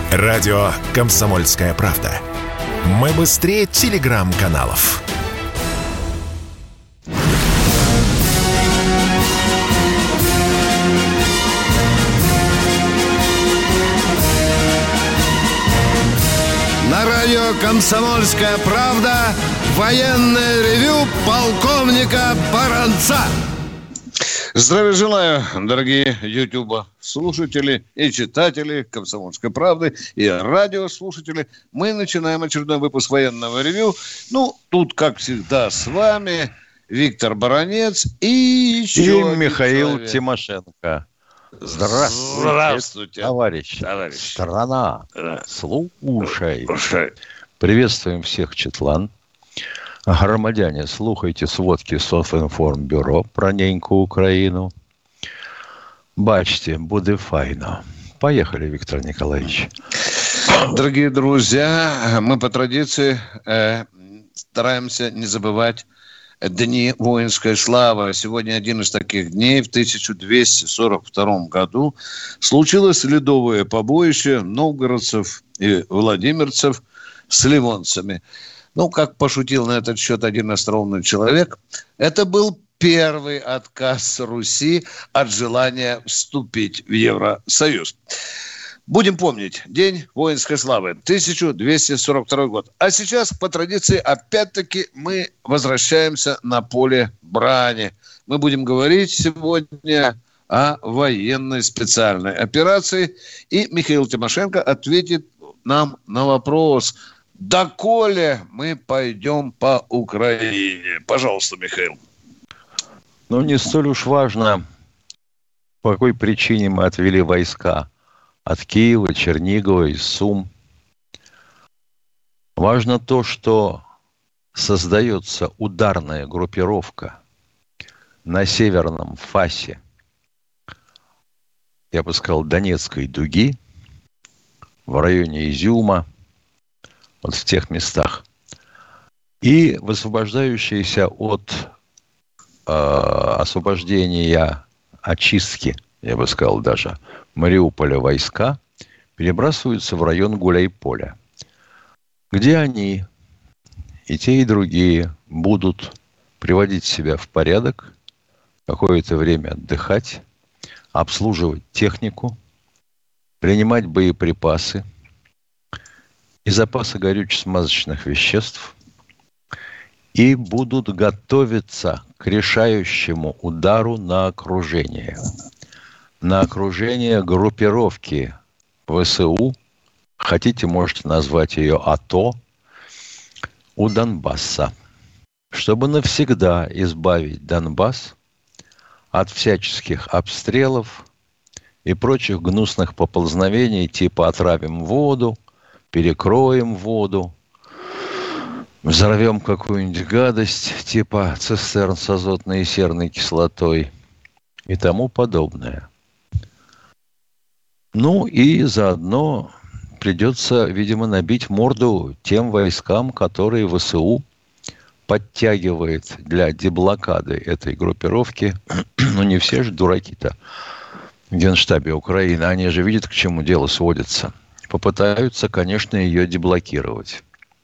Радио «Комсомольская правда». Мы быстрее телеграм-каналов. На радио «Комсомольская правда» военное ревю полковника Баранца. Здравия желаю, дорогие YouTube-слушатели и читатели «Комсомольской правды» и радиослушатели. Мы начинаем очередной выпуск военного ревю. Тут, как всегда, с вами Виктор Баранец и еще Михаил человек. Тимошенко. Здравствуйте, товарищи. Страна, слушай. Приветствуем всех, Четлан. Громадяне, слухайте сводки Софинформбюро про неньку Украину. Бачьте, буде файно. Поехали, Виктор Николаевич. Дорогие друзья, мы по традиции стараемся не забывать Дни воинской славы. Сегодня один из таких дней. В 1242 году случилось ледовое побоище новгородцев и владимирцев с ливонцами. Как пошутил на этот счет один остроумный человек, это был первый отказ Руси от желания вступить в Евросоюз. Будем помнить. День воинской славы. 1242 год. А сейчас, по традиции, опять-таки, мы возвращаемся на поле брани. Мы будем говорить сегодня о военной специальной операции. И Михаил Тимошенко ответит нам на вопрос: доколе мы пойдем по Украине? Пожалуйста, Михаил. Не столь уж важно, по какой причине мы отвели войска от Киева, Чернигова, из Сум. Важно то, что создается ударная группировка на северном фасе, я бы сказал, Донецкой дуги, в районе Изюма, вот в тех местах, и высвобождающиеся от освобождения, очистки, я бы сказал, даже Мариуполя войска перебрасываются в район Гуляйполя, где они, и те, и другие, будут приводить себя в порядок, какое-то время отдыхать, обслуживать технику, принимать боеприпасы и запасы горюче-смазочных веществ, и будут готовиться к решающему удару на окружение. На окружение группировки ВСУ, хотите, можете назвать ее АТО, у Донбасса, чтобы навсегда избавить Донбасс от всяческих обстрелов и прочих гнусных поползновений типа «отравим воду», «перекроем воду», «взорвем какую-нибудь гадость» типа цистерн с азотной и серной кислотой и тому подобное. И заодно придется, видимо, набить морду тем войскам, которые ВСУ подтягивает для деблокады этой группировки. Не все же дураки-то в Генштабе Украины. Они же видят, к чему дело сводится. Попытаются, конечно, ее деблокировать.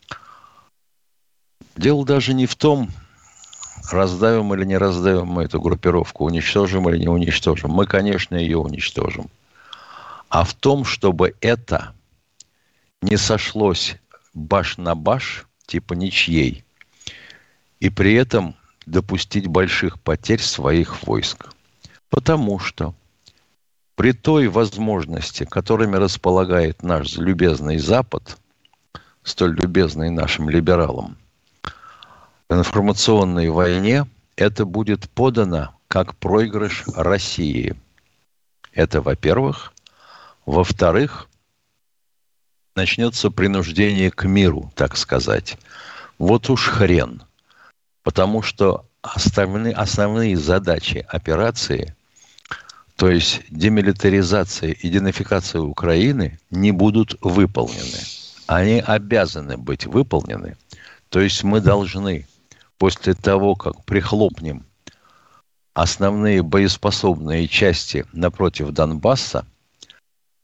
Дело даже не в том, раздавим или не раздавим мы эту группировку, уничтожим или не уничтожим. Мы, конечно, ее уничтожим. А в том, чтобы это не сошлось баш на баш, типа ничьей, и при этом допустить больших потерь своих войск. Потому что при той возможности, которыми располагает наш любезный Запад, столь любезный нашим либералам, в информационной войне это будет подано как проигрыш России. Это, во-первых. Во-вторых, начнется принуждение к миру, так сказать. Вот уж хрен. Потому что основные задачи операции, то есть демилитаризация и денацификация Украины, не будут выполнены. Они обязаны быть выполнены. То есть мы должны после того, как прихлопнем основные боеспособные части напротив Донбасса,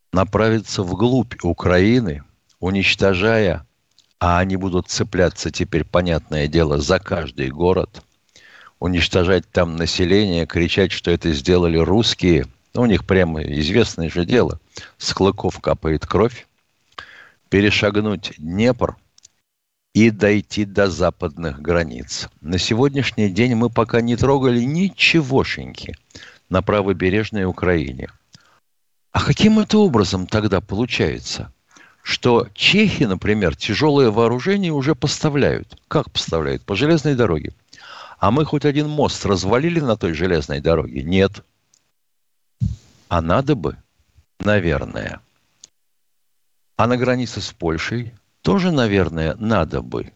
направиться вглубь Украины, уничтожая, а они будут цепляться теперь, понятное дело, за каждый город, уничтожать там население, кричать, что это сделали русские. У них прямо известное же дело. С клыков капает кровь. Перешагнуть Днепр и дойти до западных границ. На сегодняшний день мы пока не трогали ничегошеньки на правобережной Украине. А каким это образом тогда получается, что чехи, например, тяжелое вооружение уже поставляют? Как поставляют? По железной дороге. А мы хоть один мост развалили на той железной дороге? Нет. А надо бы, наверное. А на границе с Польшей тоже, наверное, надо бы.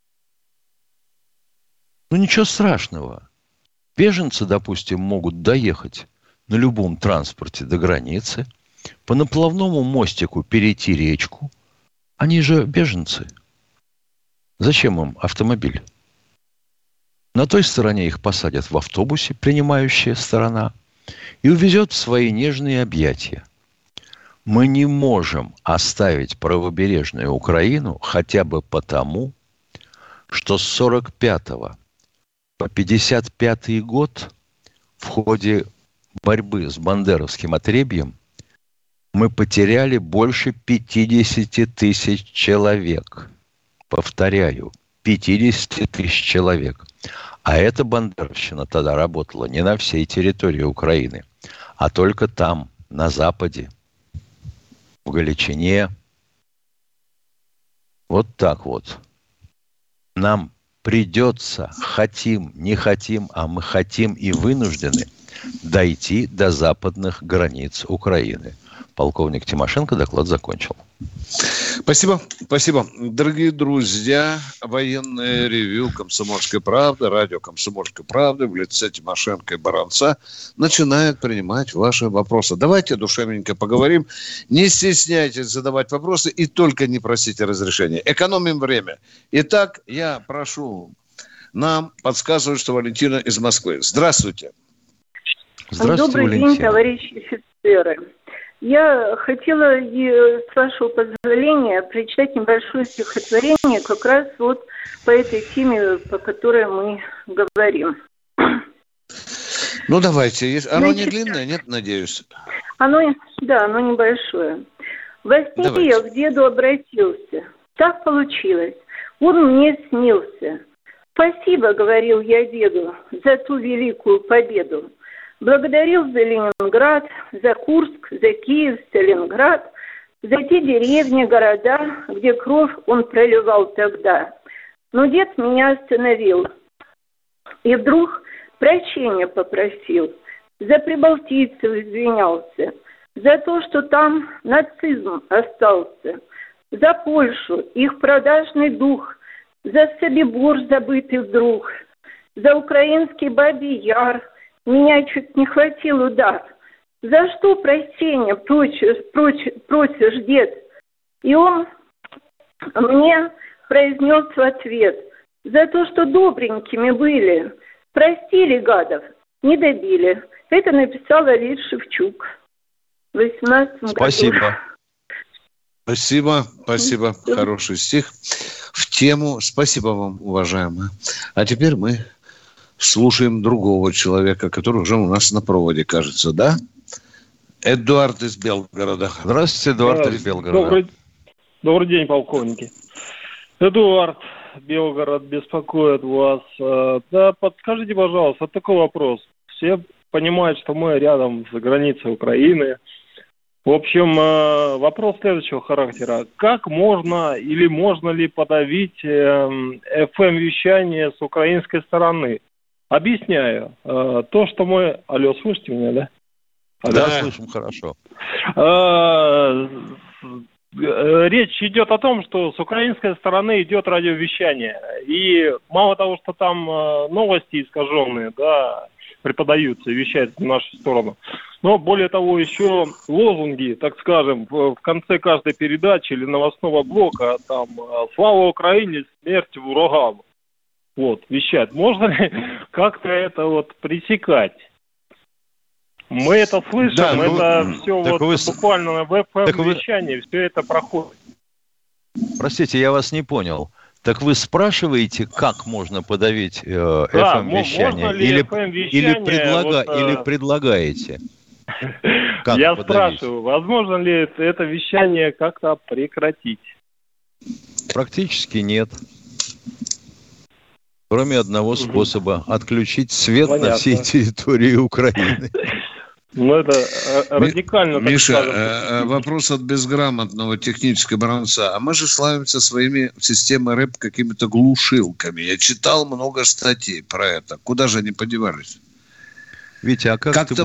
Ну, ничего страшного. Беженцы, допустим, могут доехать на любом транспорте до границы, по наплавному мостику перейти речку. Они же беженцы. Зачем им автомобиль? На той стороне их посадят в автобусе, принимающая сторона, и увезет в свои нежные объятия. Мы не можем оставить правобережную Украину хотя бы потому, что с 45 по 55 год в ходе борьбы с бандеровским отребьем мы потеряли больше 50 тысяч человек. Повторяю, 50 тысяч человек. А эта бандеровщина тогда работала не на всей территории Украины, а только там, на Западе, в Галичине. Вот так вот. Нам придется, хотим, не хотим, а мы хотим и вынуждены дойти до западных границ Украины. Полковник Тимошенко доклад закончил. Спасибо, спасибо. Дорогие друзья, военное ревью «Комсомольской правды», радио «Комсомольской правды» в лице Тимошенко и Баранца начинает принимать ваши вопросы. Давайте душевненько поговорим. Не стесняйтесь задавать вопросы и только не просите разрешения. Экономим время. Итак, я прошу, нам подсказывают, что Валентина из Москвы. Здравствуйте. Здравствуйте, Добрый Валентина. день, товарищи офицеры. Я хотела, с вашего позволения, прочитать небольшое стихотворение как раз вот по этой теме, по которой мы говорим. Ну, давайте. Оно не длинное, нет, надеюсь? Оно небольшое. Во сне Давайте. я к деду обратился. Так получилось. Он мне снился. Спасибо, говорил я деду, за ту великую победу. Благодарил за Ленинград, за Курск, за Киев, Сталинград, за те деревни, города, где кровь он проливал тогда. Но дед меня остановил и вдруг прощения попросил. За прибалтийцев извинялся, за то, что там нацизм остался, за Польшу, их продажный дух, за Собибор забытый вдруг, за украинский Бабий Яр. Меня чуть не хватил удар. За что прощения просишь, дед? И он мне произнес в ответ: за то, что добренькими были. Простили гадов, не добили. Это написал Леонид Шевчук в 18 году. Спасибо. Спасибо. Хороший стих. В тему. Спасибо вам, уважаемая. А теперь мы слушаем другого человека, который уже у нас на проводе, кажется, да? Эдуард из Белгорода. Здравствуйте, Эдуард из Белгорода. Добрый день, полковники. Эдуард, Белгород беспокоит вас. Да, подскажите, пожалуйста, такой вопрос. Все понимают, что мы рядом с границей Украины. В общем, вопрос следующего характера. Как можно или можно ли подавить FM-вещание с украинской стороны? Объясняю. То, что мы... Алло, слышите меня, да? Да, слышим хорошо. Речь идет о том, что с украинской стороны идет радиовещание. И мало того, что там новости искаженные, да, преподаются и вещаются в нашу сторону, но более того, еще лозунги, так скажем, в конце каждой передачи или новостного блока, там, «Слава Украине, смерть врагам». Вот, вещать. Можно ли как-то это вот пресекать? Мы это слышим, Да, это все вот вы... буквально на веб-вещании, все это проходит. Простите, я вас не понял. Так вы спрашиваете, как можно подавить FM-вещание? Или предлагаете? Я спрашиваю, возможно ли это вещание как-то прекратить? Практически нет. Кроме одного способа – отключить свет на всей территории Украины. Ну, это радикально. Миша, вопрос от безграмотного технического бранца. А мы же славимся своими системой РЭП какими-то глушилками. Я читал много статей про это. Куда же они подевались? Витя, а как ты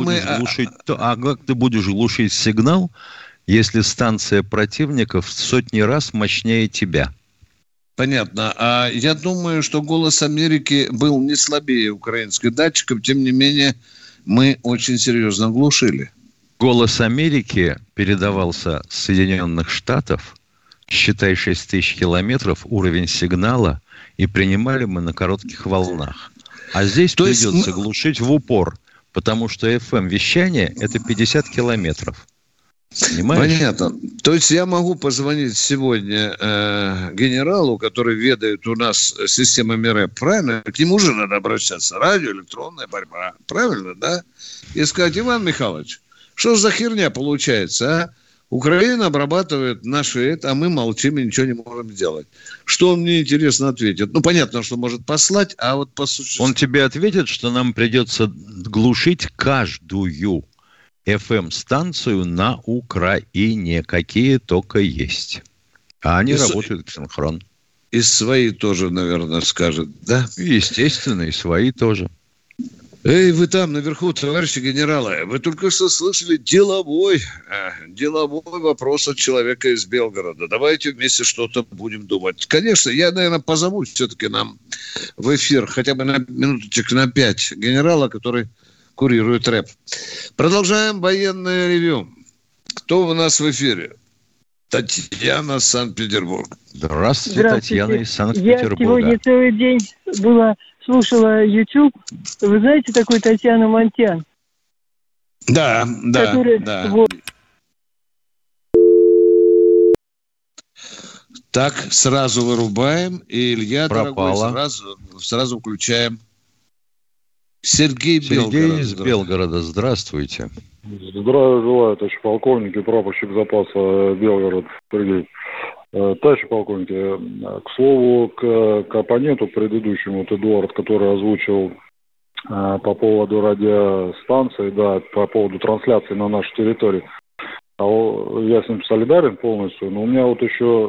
будешь глушить сигнал, если станция противников в сотни раз мощнее тебя? Понятно. А я думаю, что «Голос Америки» был не слабее украинских датчиков, тем не менее мы очень серьезно глушили. «Голос Америки» передавался с Соединенных Штатов, считай 6 тысяч километров, уровень сигнала, и принимали мы на коротких волнах. А здесь придется глушить в упор, потому что FM-вещание – это 50 километров. Понимаешь? Понятно. То есть я могу позвонить сегодня генералу, который ведает у нас системами РЭП, правильно? К нему же надо обращаться. Радио, электронная борьба. Правильно, да? И сказать: Иван Михайлович, что за херня получается, а? Украина обрабатывает наши а мы молчим и ничего не можем сделать. Что он мне, интересно, ответит? Ну, понятно, что может послать, а вот по существу... Он тебе ответит, что нам придется глушить каждую FM-станцию на Украине, какие только есть. А они работают синхрон. И свои тоже, наверное, скажет, да? Естественно, и свои тоже. Эй, вы там наверху, товарищи генералы, вы только что слышали деловой вопрос от человека из Белгорода. Давайте вместе что-то будем думать. Конечно, я, наверное, позову все-таки нам в эфир хотя бы на минуточек на 5 генерала, который курирует рэп. Продолжаем военное ревью. Кто у нас в эфире? Татьяна, Санкт-Петербург. Здравствуйте, Татьяна из Санкт-Петербурга. Я сегодня целый день слушала YouTube. Вы знаете такую Татьяну Монтян? Да. Вот. Так, сразу вырубаем. И Илья, пропала. Дорогой, сразу включаем. Сергей из Белгорода. Здравствуйте. Здравия желаю, товарищ полковник и прапорщик запаса Белгород Сергей. Товарищ полковник, к слову, к оппоненту предыдущему, вот Эдуард, который озвучил по поводу радиостанции, да, по поводу трансляции на нашей территории. Я с ним солидарен полностью, но у меня вот еще...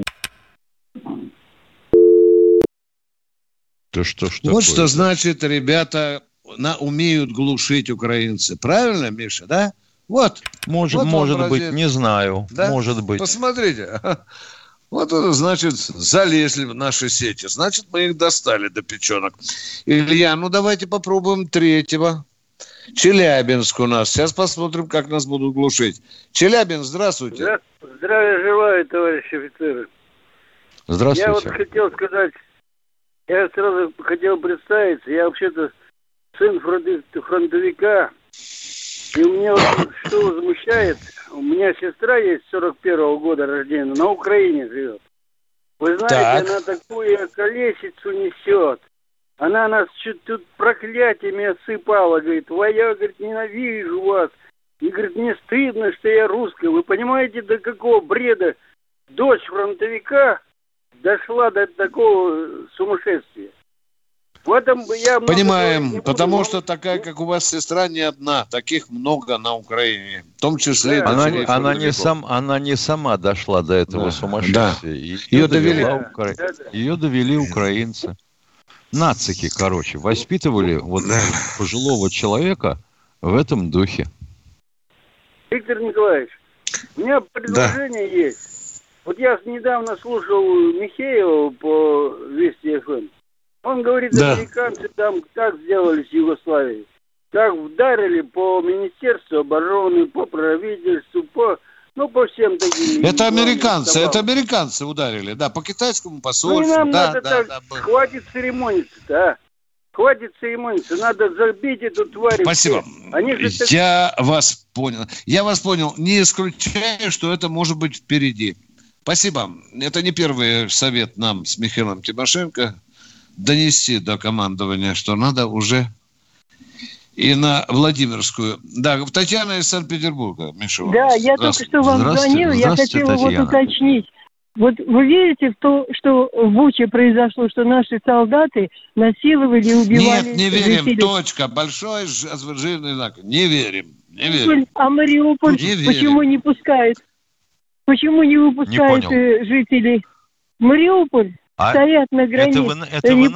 Вот что значит, ребята умеют глушить украинцы. Правильно, Миша, да? Вот. Может быть, не знаю. Да? Может быть. Посмотрите. Вот это значит, залезли в наши сети. Значит, мы их достали до печенок. Илья, давайте попробуем третьего. Челябинск у нас. Сейчас посмотрим, как нас будут глушить. Челябинск, здравствуйте. Здравия желаю, товарищи офицеры. Здравствуйте. Я вот хотел сказать, я сразу хотел представиться, я вообще-то сын фронтовика, и у меня вот что возмущает, у меня сестра есть 41-го года рождения, на Украине живет. Вы знаете, она такую колесицу несет. Она нас тут проклятиями осыпала, говорит, я, говорит, ненавижу вас. И, говорит, мне стыдно, что я русская. Вы понимаете, до какого бреда дочь фронтовика дошла до такого сумасшествия? В этом я понимаем, потому что такая, как у вас сестра, не одна. Таких много на Украине. В том числе... Да. Она не сама дошла до этого сумасшествия. Да. Ее довели украинцы. Нацики, воспитывали пожилого человека в этом духе. Виктор Николаевич, у меня предложение есть. Вот я недавно слушал Михеева по Вести ФМ. Он говорит, американцы там так сделали с Югославией. Как вдарили по Министерству обороны, по правительству, по всем таким... Это американцы ударили, да, по китайскому посольству. Нам надо хватит церемониться-то, а. Хватит церемониться, надо забить эту тварь. Спасибо. Они же так... Я вас понял. Не исключаю, что это может быть впереди. Спасибо. Это не первый совет нам с Михаилом Тимошенко донести до командования, что надо уже и на Владимирскую. Да, Татьяна из Санкт-Петербурга. Миша. Да, я только что вам звонила, я хотела вот уточнить. Вот вы верите в то, что в Буче произошло, что наши солдаты насиловали и убивали? Нет, не верим. жителей? Точка. Большой жирный знак. Не верим. Не верим. А Мариуполь почему не пускает? Почему не выпускают жителей? Мариуполь стоят на границе.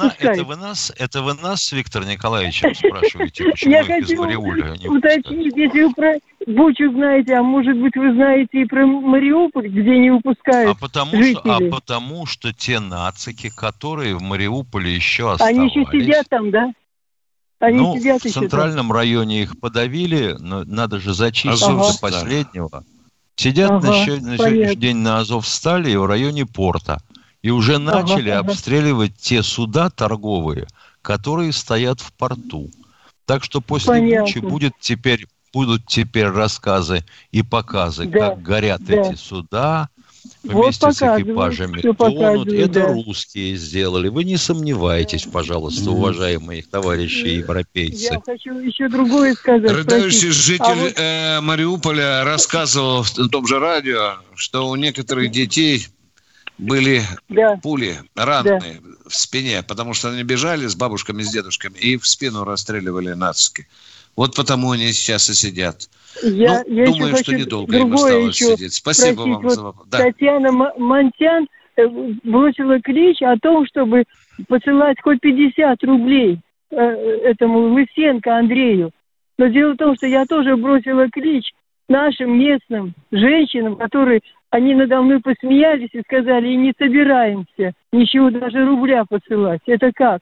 Это вы нас, Виктор Николаевич, спрашиваете, почему я их из хочу Мариуполя не уточнить, если вы про Бучу знаете, а может быть вы знаете и про Мариуполь, где не выпускают жителей. Потому что те нацики, которые в Мариуполе еще оставались... Они еще сидят там, да? Они сидят в центральном районе их подавили, но надо же зачистить до последнего. Сидят на сегодняшний день на Азовстали и в районе порта. И уже начали обстреливать те суда торговые, которые стоят в порту. Так что после Бучи будут теперь рассказы и показы, как горят эти суда, вместе с экипажами тонут. Это русские сделали. Вы не сомневайтесь, пожалуйста, уважаемые товарищи европейцы. Я хочу еще другое сказать. Рыдающий житель Мариуполя рассказывал на том же радио, что у некоторых детей были пули, ранные в спине, потому что они бежали с бабушками, с дедушками и в спину расстреливали нацики. Вот потому они сейчас и сидят. Я думаю, что недолго им осталось сидеть. Спасибо вам за вопрос. Татьяна Монтян бросила клич о том, чтобы посылать хоть 50 рублей этому Лысенко Андрею. Но дело в том, что я тоже бросила клич нашим местным женщинам, которые... Они надо мной посмеялись и сказали, и не собираемся ничего, даже рубля посылать. Это как?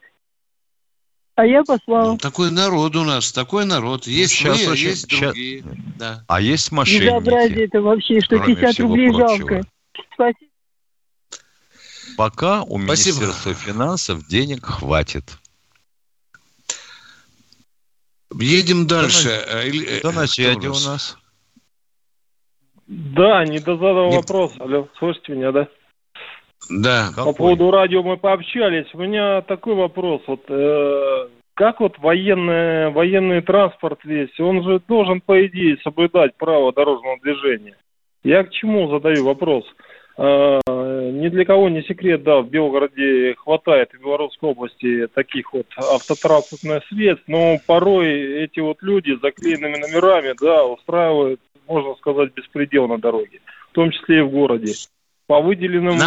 А я послала. Такой народ у нас, такой народ. Есть есть другие. Да. А есть мошенники. Безобразие это вообще, что 50 рублей жалко. Спасибо. Пока у Министерства финансов денег хватит. Едем дальше. Кто на связи у нас? Да, не дозадал вопрос. Алло, слышите меня, да? Да. По поводу радио мы пообщались. У меня такой вопрос. Вот как вот военный транспорт весь, он же должен, по идее, соблюдать право дорожного движения. Я к чему задаю вопрос? Ни для кого не секрет, да, в Белгороде хватает в Белгородской области таких вот автотранспортных средств, но порой эти вот люди с заклеенными номерами, да, устраивают, можно сказать, беспредел на дороге, в том числе и в городе. По выделенным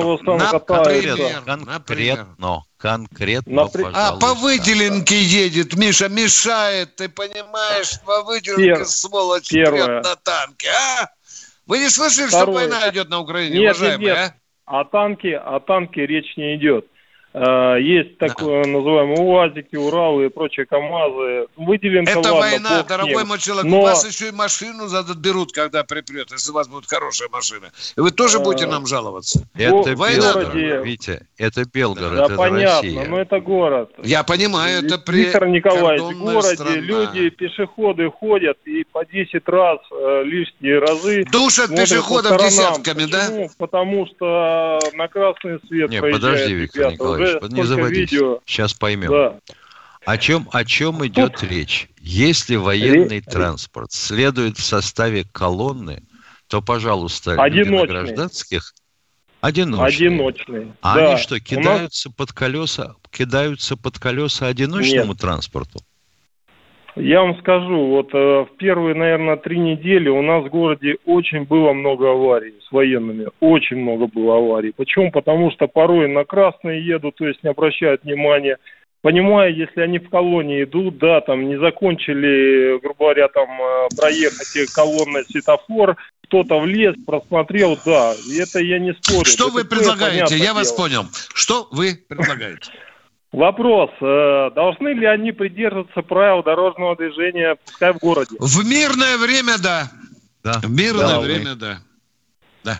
конкретно, пожалуйста. По выделенке едет, Миша, мешает, ты понимаешь, по выделенке, сволочь, прет на танке, а? Вы не слышали, что война идет на Украине, уважаемые? Нет. О танке речь не идет. Есть так называемые УАЗики, Уралы и прочие КАМАЗы. Выделенка, это ладно, война, дорогой мой человек. У вас еще и машину берут, когда припрет, если у вас будет хорошая машина. И вы тоже будете нам жаловаться. Это Белгород, Витя, это Белгород, да, это понятно, Россия. но это город. Я понимаю, это при Виктор Николаевич, в городе страна. люди, пешеходы ходят и по 10 раз лишние разы душат пешеходов десятками, Почему? Да? Потому что на красный свет проезжают. Подожди, Виктор Николаевич, не заводись. Сейчас поймем. Да. О чем идет речь? Если военный транспорт следует в составе колонны, то, пожалуйста, люди на гражданских одиночные. А да. Они что, кидаются под колеса одиночному транспорту? Я вам скажу, вот в первые, наверное, 3 недели у нас в городе очень было много аварий с военными. Очень много было аварий. Почему? Потому что порой на красные едут, то есть не обращают внимания. Понимаю, если они в колонии идут, да, там не закончили, грубо говоря, там проехать колонной светофор, кто-то влез, просмотрел, да, это я не спорю. Что вы предлагаете? Я вас понял. Что вы предлагаете? Вопрос, должны ли они придерживаться правил дорожного движения, пускай в городе? В мирное время, да. В мирное время, да.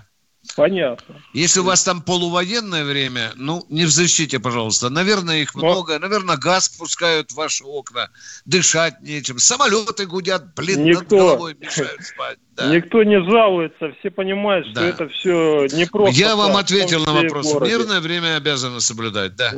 Понятно. Если у вас там полувоенное время, ну, не взыщите, пожалуйста. Наверное, их много. Наверное, газ пускают в ваши окна. Дышать нечем. Самолеты гудят, над головой мешают спать. Да. Никто не жалуется. Все понимают, что это все непросто. Я вам ответил на вопрос. Мирное время обязаны соблюдать, да.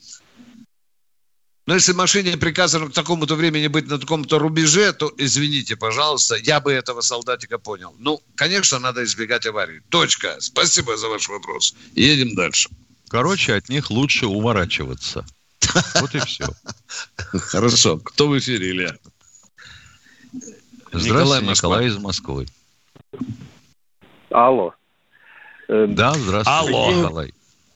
Но если машине приказано к такому-то времени быть на таком-то рубеже, то, извините, пожалуйста, я бы этого солдатика понял. Ну, конечно, надо избегать аварий. Точка. Спасибо за ваш вопрос. Едем дальше. Короче, от них лучше уворачиваться. Вот и все. Хорошо. Кто в эфире, Илья? Здравствуйте, Николай из Москвы. Алло. Да, здравствуйте, Алло. Николай.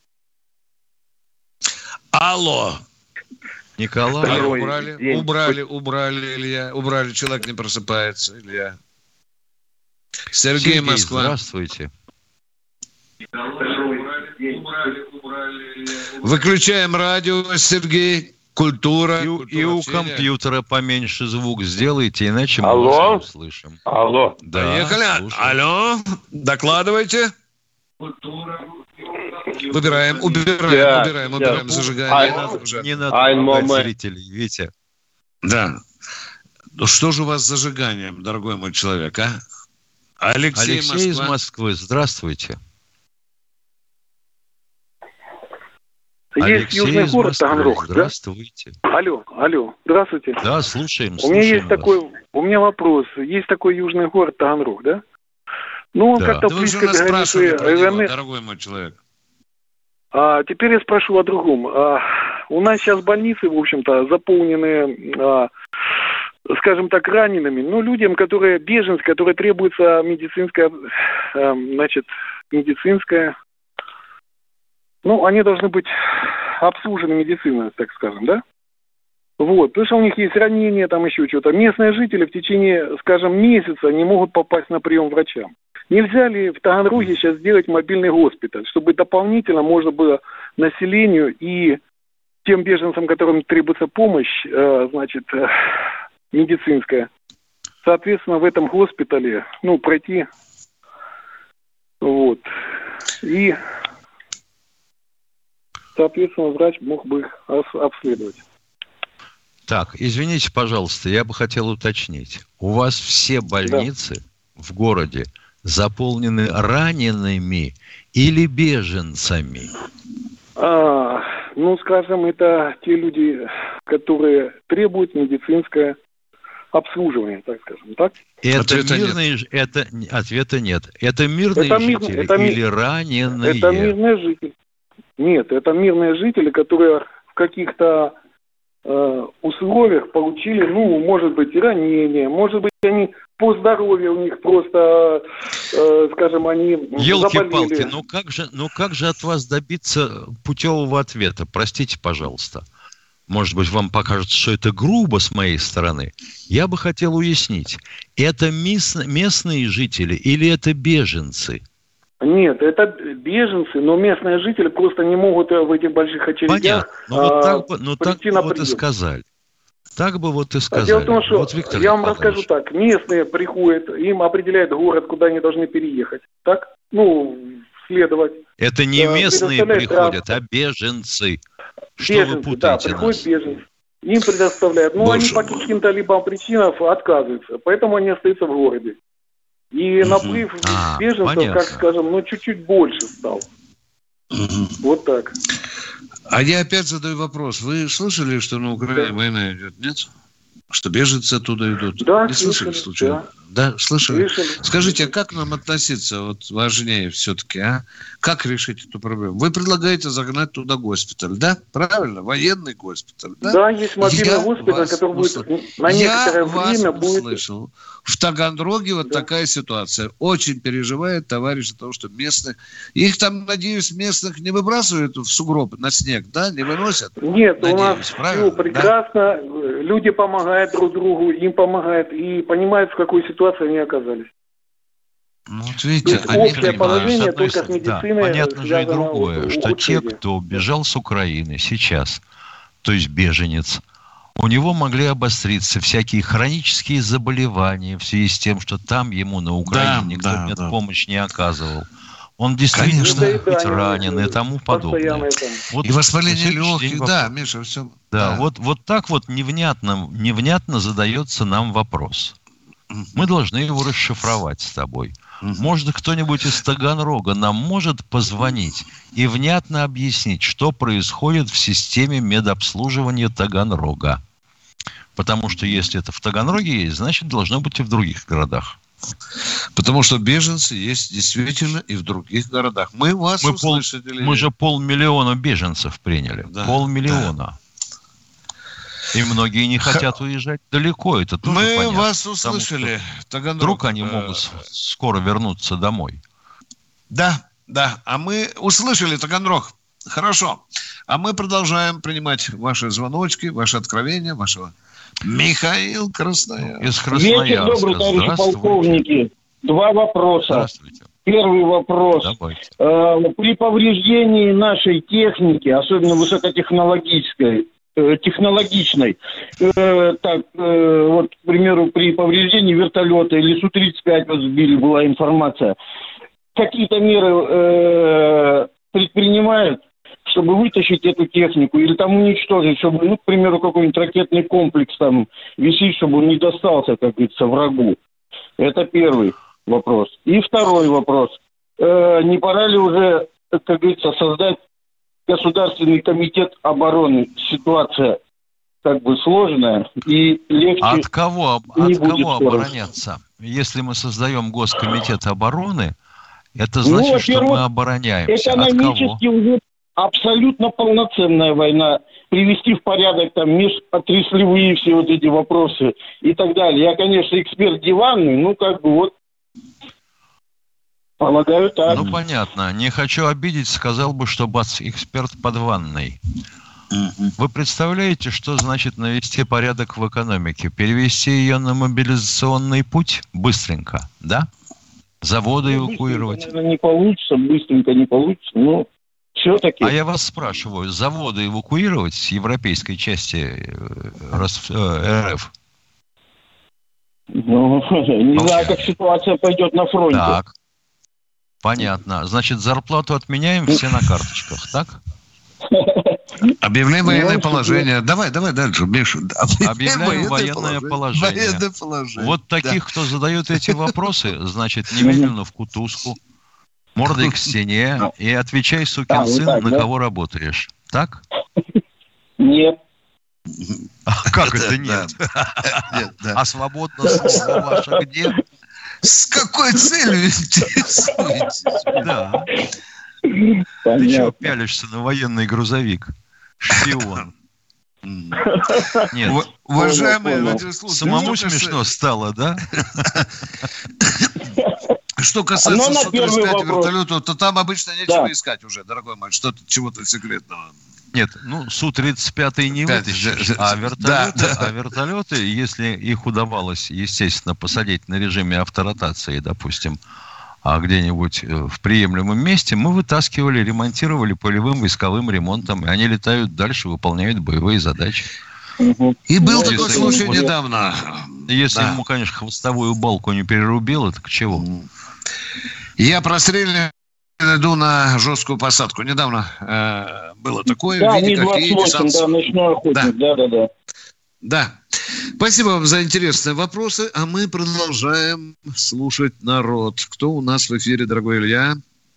Алло. Николай. Убрали, Илья. Убрали, человек не просыпается, Илья. Сергей, Москва. Здравствуйте. Выключаем радио, Сергей. Культура. И у компьютера поменьше звук сделайте, иначе мы Алло? вас не услышим. Алло. Да, поехали. слушаю. Алло. Докладывайте. Убираем зажигание. Не надо пугать зрителей, Витя. Да. Ну что же у вас с зажиганием, дорогой мой человек, а? Алексей из Москвы, здравствуйте. Есть южный город Таганрог, да? Здравствуйте. Алло, здравствуйте. Да, слушаем. У меня вопрос. Есть такой южный город Таганрог, да? Ну, он как-то близко к границе ЛНР. Дорогой мой человек. Теперь я спрошу о другом. У нас сейчас больницы, в общем-то, заполнены, скажем так, ранеными. Ну, людям, которые беженцы, которые требуется медицинская, ну, они должны быть обслужены медициной, так скажем, да? Вот, потому что у них есть ранения, там еще что-то. Местные жители в течение, скажем, месяца не могут попасть на прием врачам. Нельзя ли в Таганроге сейчас сделать мобильный госпиталь, чтобы дополнительно можно было населению и тем беженцам, которым требуется помощь, медицинская, соответственно, в этом госпитале, пройти, вот, и, соответственно, врач мог бы их обследовать. Так, извините, пожалуйста, я бы хотел уточнить. У вас все больницы в городе заполнены ранеными или беженцами? Скажем, это те люди, которые требуют медицинское обслуживание, так скажем, так? Ответа нет. Это мирные жители или раненые? Это мирные жители. Нет, это мирные жители, которые в каких-то условиях получили, может быть, ранения, может быть, они по здоровью у них просто, скажем, они Елки-палки, заболели. Как же от вас добиться путевого ответа? Простите, пожалуйста. Может быть, вам покажется, что это грубо с моей стороны. Я бы хотел уяснить, это местные жители или это беженцы? Нет, это беженцы, но местные жители просто не могут в этих больших очередях прийти на прием. Сказали. Так бы вот и сказали. Дело в том, что Виктор я вам расскажу так. Местные приходят, им определяют город, куда они должны переехать. Так? Следовать. Это не местные приходят, а беженцы. Что вы путаете приходят беженцы. Им предоставляют. Они по каким-то либо причинам отказываются. Поэтому они остаются в городе. И наплыв беженцев, как скажем, чуть-чуть больше стал. Вот так. А я опять задаю вопрос. Вы слышали, что на Украине война идет, нет? Что беженцы оттуда идут? Да, не слышали случайно? Да, слышали? Скажите, а как нам относиться, важнее все-таки, Как решить эту проблему? Вы предлагаете загнать туда госпиталь, да? Правильно? Военный госпиталь, да? Да, есть мобильный госпиталь, который будет на некоторое время будет... услышал. В Таганроге такая ситуация. Очень переживает товарищ за то, что местных... Их там, надеюсь, местных не выбрасывают в сугроб на снег, да? Не выносят? Нет, надеюсь, у нас все прекрасно. Да? Люди помогают друг другу, им помогают и понимают, в какой ситуации они оказались. Видите, общее положение только с медициной. Понятно же и другое, что те, кто убежал с Украины сейчас, то есть беженец, у него могли обостриться всякие хронические заболевания в связи с тем, что там ему на Украине никто медпомощь не оказывал. Он действительно быть ранен и тому подобное. Вот и воспаление легких, да, Миша, все. Да, вот так вот невнятно задается нам вопрос. Мы должны его расшифровать с тобой. Может, кто-нибудь из Таганрога нам может позвонить и внятно объяснить, что происходит в системе медобслуживания Таганрога? Потому что если это в Таганроге есть, значит, должно быть и в других городах. Потому что беженцы есть действительно и в других городах. Мы вас услышали. Мы же 500 000 беженцев приняли. Да, 500 000. Да. И многие не хотят уезжать далеко. Это тоже мы понятно. Мы вас услышали. Таганрог, вдруг они могут скоро вернуться домой. Да. А мы услышали Таганрог. Хорошо. А мы продолжаем принимать ваши звоночки, ваши откровения, вашего Михаил Красноярск. Из Красноярска. Вечер добрый, товарищи полковники. 2 вопроса. Здравствуйте. Первый вопрос. При повреждении нашей техники, особенно высокотехнологичной, вот, к примеру, при повреждении вертолета или Су-35 вот сбили, была информация, какие-то меры предпринимают, чтобы вытащить эту технику или там уничтожить, чтобы, к примеру, какой-нибудь ракетный комплекс там висит, чтобы он не достался, как говорится, врагу. Это первый вопрос. И второй вопрос. Не пора ли уже, как говорится, создать Государственный комитет обороны? Ситуация как бы сложная и легче. От кого обороняться? Если мы создаем Госкомитет обороны, это значит, что мы обороняемся. Экономически уже абсолютно полноценная война. Привести в порядок там межотраслевые все вот эти вопросы и так далее. Я, конечно, эксперт диванный, полагаю так. Понятно. Не хочу обидеть, сказал бы, что эксперт под ванной. Вы представляете, что значит навести порядок в экономике? Перевести ее на мобилизационный путь быстренько, да? Заводы эвакуировать? Наверное, быстренько не получится, но все-таки... А я вас спрашиваю, заводы эвакуировать с европейской части РФ? Не знаю, как ситуация пойдет на фронте. Так, понятно. Значит, зарплату отменяем все на карточках, так? Объявляем военное положение. Давай дальше, Миша. Объявляем военное положение. Вот таких, кто задает эти вопросы, значит, немедленно в кутузку, мордой к стене и отвечай, сукин сын, на кого работаешь. Так? Нет. Как это нет? А свободное слово ваше где? С какой целью интересуетесь? Да. Ты что пялишься на военный грузовик? Шпион. Нет. Уважаемые радиослушатели, самому смешно стало, да? Что касается Су-35 вертолета, то там обычно нечего искать уже, дорогой мой, чего-то секретного. Нет, Су-35 не вытащишь, а вертолеты, если их удавалось, естественно, посадить на режиме авторотации, допустим, где-нибудь в приемлемом месте, мы вытаскивали, ремонтировали полевым войсковым ремонтом, и они летают дальше, выполняют боевые задачи. И был такой случай недавно. Если ему, конечно, хвостовую балку не перерубило, так чего? Я прострельно иду на жесткую посадку. Недавно было такое. Да, Ми-28, ночной охотник, да. Спасибо вам за интересные вопросы, а мы продолжаем слушать народ. Кто у нас в эфире, дорогой Илья?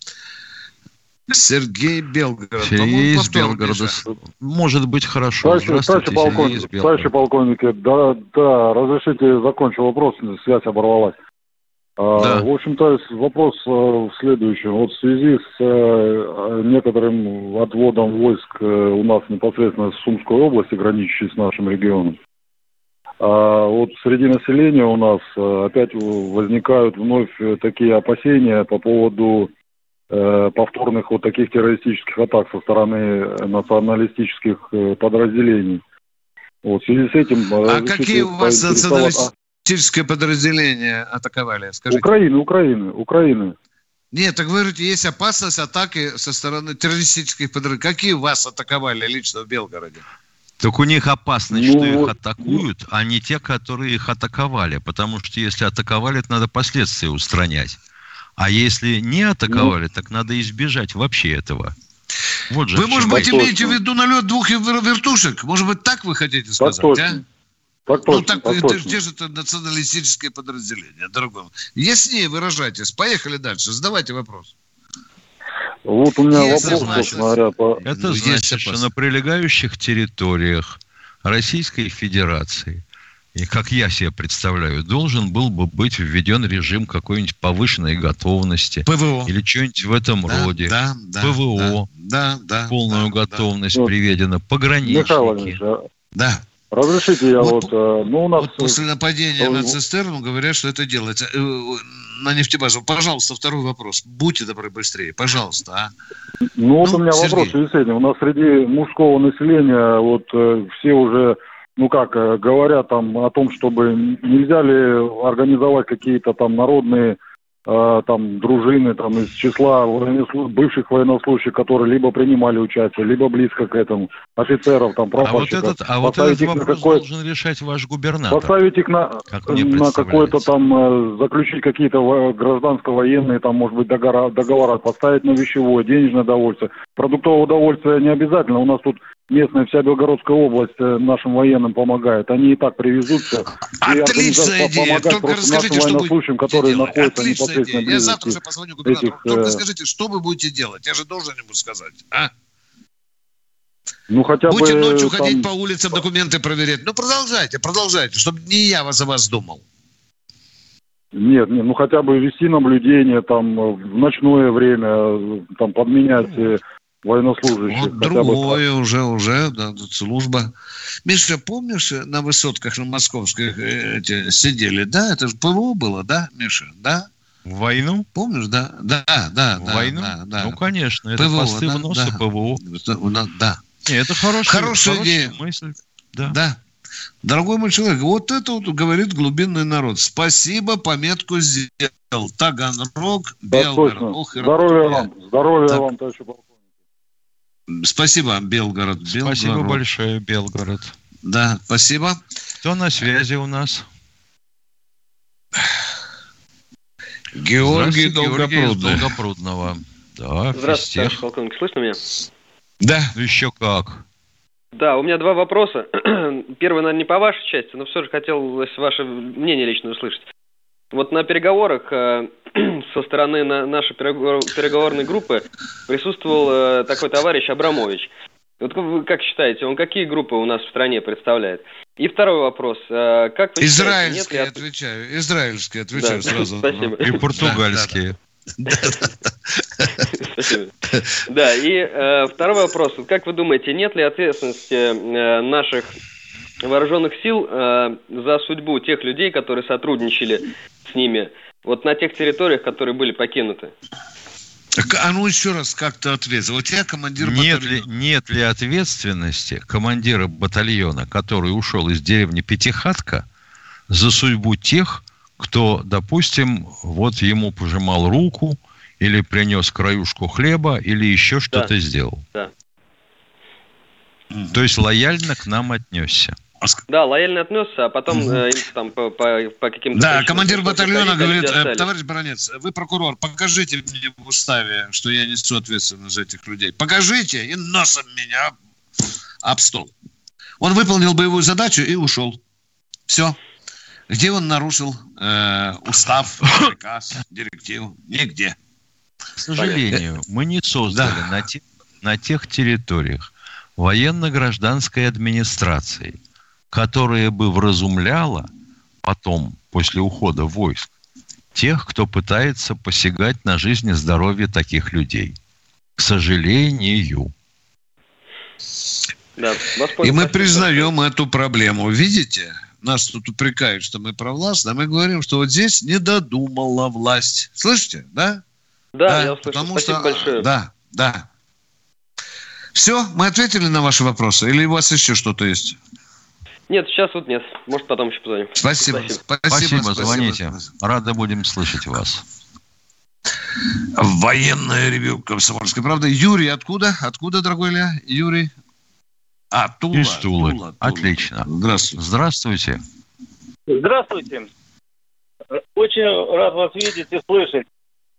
Сергей Белгород. Сергей из Белгорода. Может быть, хорошо. Здравствуйте, товарищи полковники. Да, разрешите, закончу вопрос, связь оборвалась. В общем-то, вопрос в следующем. Вот в связи с некоторым отводом войск у нас непосредственно в Сумской области, граничащей с нашим регионом, вот среди населения у нас опять возникают вновь такие опасения по поводу повторных вот таких террористических атак со стороны националистических подразделений. Вот в связи с этим... какие у вас националистические подразделения атаковали? Скажите. Украины. Нет, так вы говорите, есть опасность атаки со стороны террористических подразделений. Какие вас атаковали лично в Белгороде? Так у них опасность, что их атакуют, а не те, которые их атаковали. Потому что если атаковали, то надо последствия устранять. А если не атаковали, так надо избежать вообще этого. Вот же вы, может быть, имеете в виду налет 2 вертушек? Может быть, так вы хотите сказать, точно. Так точно, где же это националистическое подразделение, дорогой? Яснее выражайтесь. Поехали дальше. Задавайте вопрос. Вот у меня вопрос, собственно говоря. Это значит, что на прилегающих территориях Российской Федерации, и как я себе представляю, должен был бы быть введен режим какой-нибудь повышенной готовности. ПВО. Или что-нибудь в этом роде. ПВО. Полную готовность приведена. Пограничники. Да. Разрешите, я у нас... После нападения на цистерну говорят, что это делается. На нефтебазу. Пожалуйста, второй вопрос. Будьте добры, быстрее. Пожалуйста. У меня Сергей. вопрос в связи с этим. У нас среди мужского населения все уже, говорят там о том, чтобы нельзя ли организовать какие-то там народные дружины там из числа бывших военнослужащих, которые либо принимали участие, либо близко к этому, офицеров, там, прапорщиков. Вот этот вопрос должен решать ваш губернатор. Поставить их на какое-то там, заключить какие-то гражданско-военные, там, может быть, договора, поставить на вещевое, денежное удовольствие. Продуктовое удовольствие не обязательно. У нас тут местная вся Белгородская область нашим военным помогает. Они и так привезут все. Отличная идея. Только расскажите, что будете которые находятся Отличная идея. Я завтра же позвоню губернатору. Только скажите, что вы будете делать? Я же должен ему сказать. Будете ночью ходить по улицам, документы проверять. Продолжайте, чтобы не я за вас думал. Нет, хотя бы вести наблюдение там в ночное время, там подменять военнослужащих. Другое уже служба. Миша, помнишь, на высотках на московских сидели, да? Это же ПВО было, да, Миша? Да? В войну? Помнишь, да? Да. В войну? Да. Конечно, это ПВО, посты в нос и ПВО. Да. Это хорошая идея. Мысль. Да. Дорогой мой человек, вот это говорит глубинный народ. Спасибо, пометку сделал. Таганрог, Белгород. Здоровья вам, товарищ полковник. Спасибо, Белгород. Спасибо большое, Белгород. Да, спасибо. Кто на связи у нас? Георгий Долгопрудного. Да, здравствуйте, товарищ полковник. Слышно меня? Да. Еще как. Да, у меня 2 вопроса. Первый, наверное, не по вашей части, но все же хотелось ваше мнение лично услышать. Вот на переговорах со стороны нашей переговорной группы присутствовал такой товарищ Абрамович. Вот вы как считаете, он какие группы у нас в стране представляет? И второй вопрос. Как вы израильские отвечаю. Израильские отвечаю сразу. Спасибо. И португальские. Спасибо. Да, и второй вопрос. Как вы думаете, нет ли ответственности наших вооруженных сил за судьбу тех людей, которые сотрудничали с ними, вот на тех территориях, которые были покинуты? Еще раз как-то ответил. Вот я командир батальона. Нет ли ответственности командира батальона, который ушел из деревни Пятихатка, за судьбу тех, кто, допустим, вот ему пожимал руку или принес краюшку хлеба или еще что-то сделал? Да. То есть лояльно к нам отнесся. Да, лояльно отнесся, а потом там по каким-то... Да, командир батальона говорит, товарищ Баранец, вы прокурор, покажите мне в уставе, что я несу ответственность за этих людей. Покажите, и носом меня об стол. Он выполнил боевую задачу и ушел. Все. Где он нарушил устав, приказ, директиву? Нигде. К сожалению, мы не создали на тех территориях военно-гражданской администрации, которая бы вразумляла потом, после ухода войск, тех, кто пытается посягать на жизнь и здоровье таких людей. К сожалению. Да, и мы признаем эту проблему. Видите? Нас тут упрекают, что мы провластны, а мы говорим, что вот здесь не додумала власть. Слышите, да? Да, я услышал. Спасибо большое. Да. Все, мы ответили на ваши вопросы? Или у вас еще что-то есть? Нет, сейчас вот нет. Может, потом еще позвоним. Спасибо. Звоните. Рады будем слышать вас. Военное ревью «Комсомольской правды». Юрий, откуда? Откуда, дорогой Илья? Юрий? Тула. Из Тулы. Отлично. Здравствуйте. Здравствуйте. Очень рад вас видеть и слышать.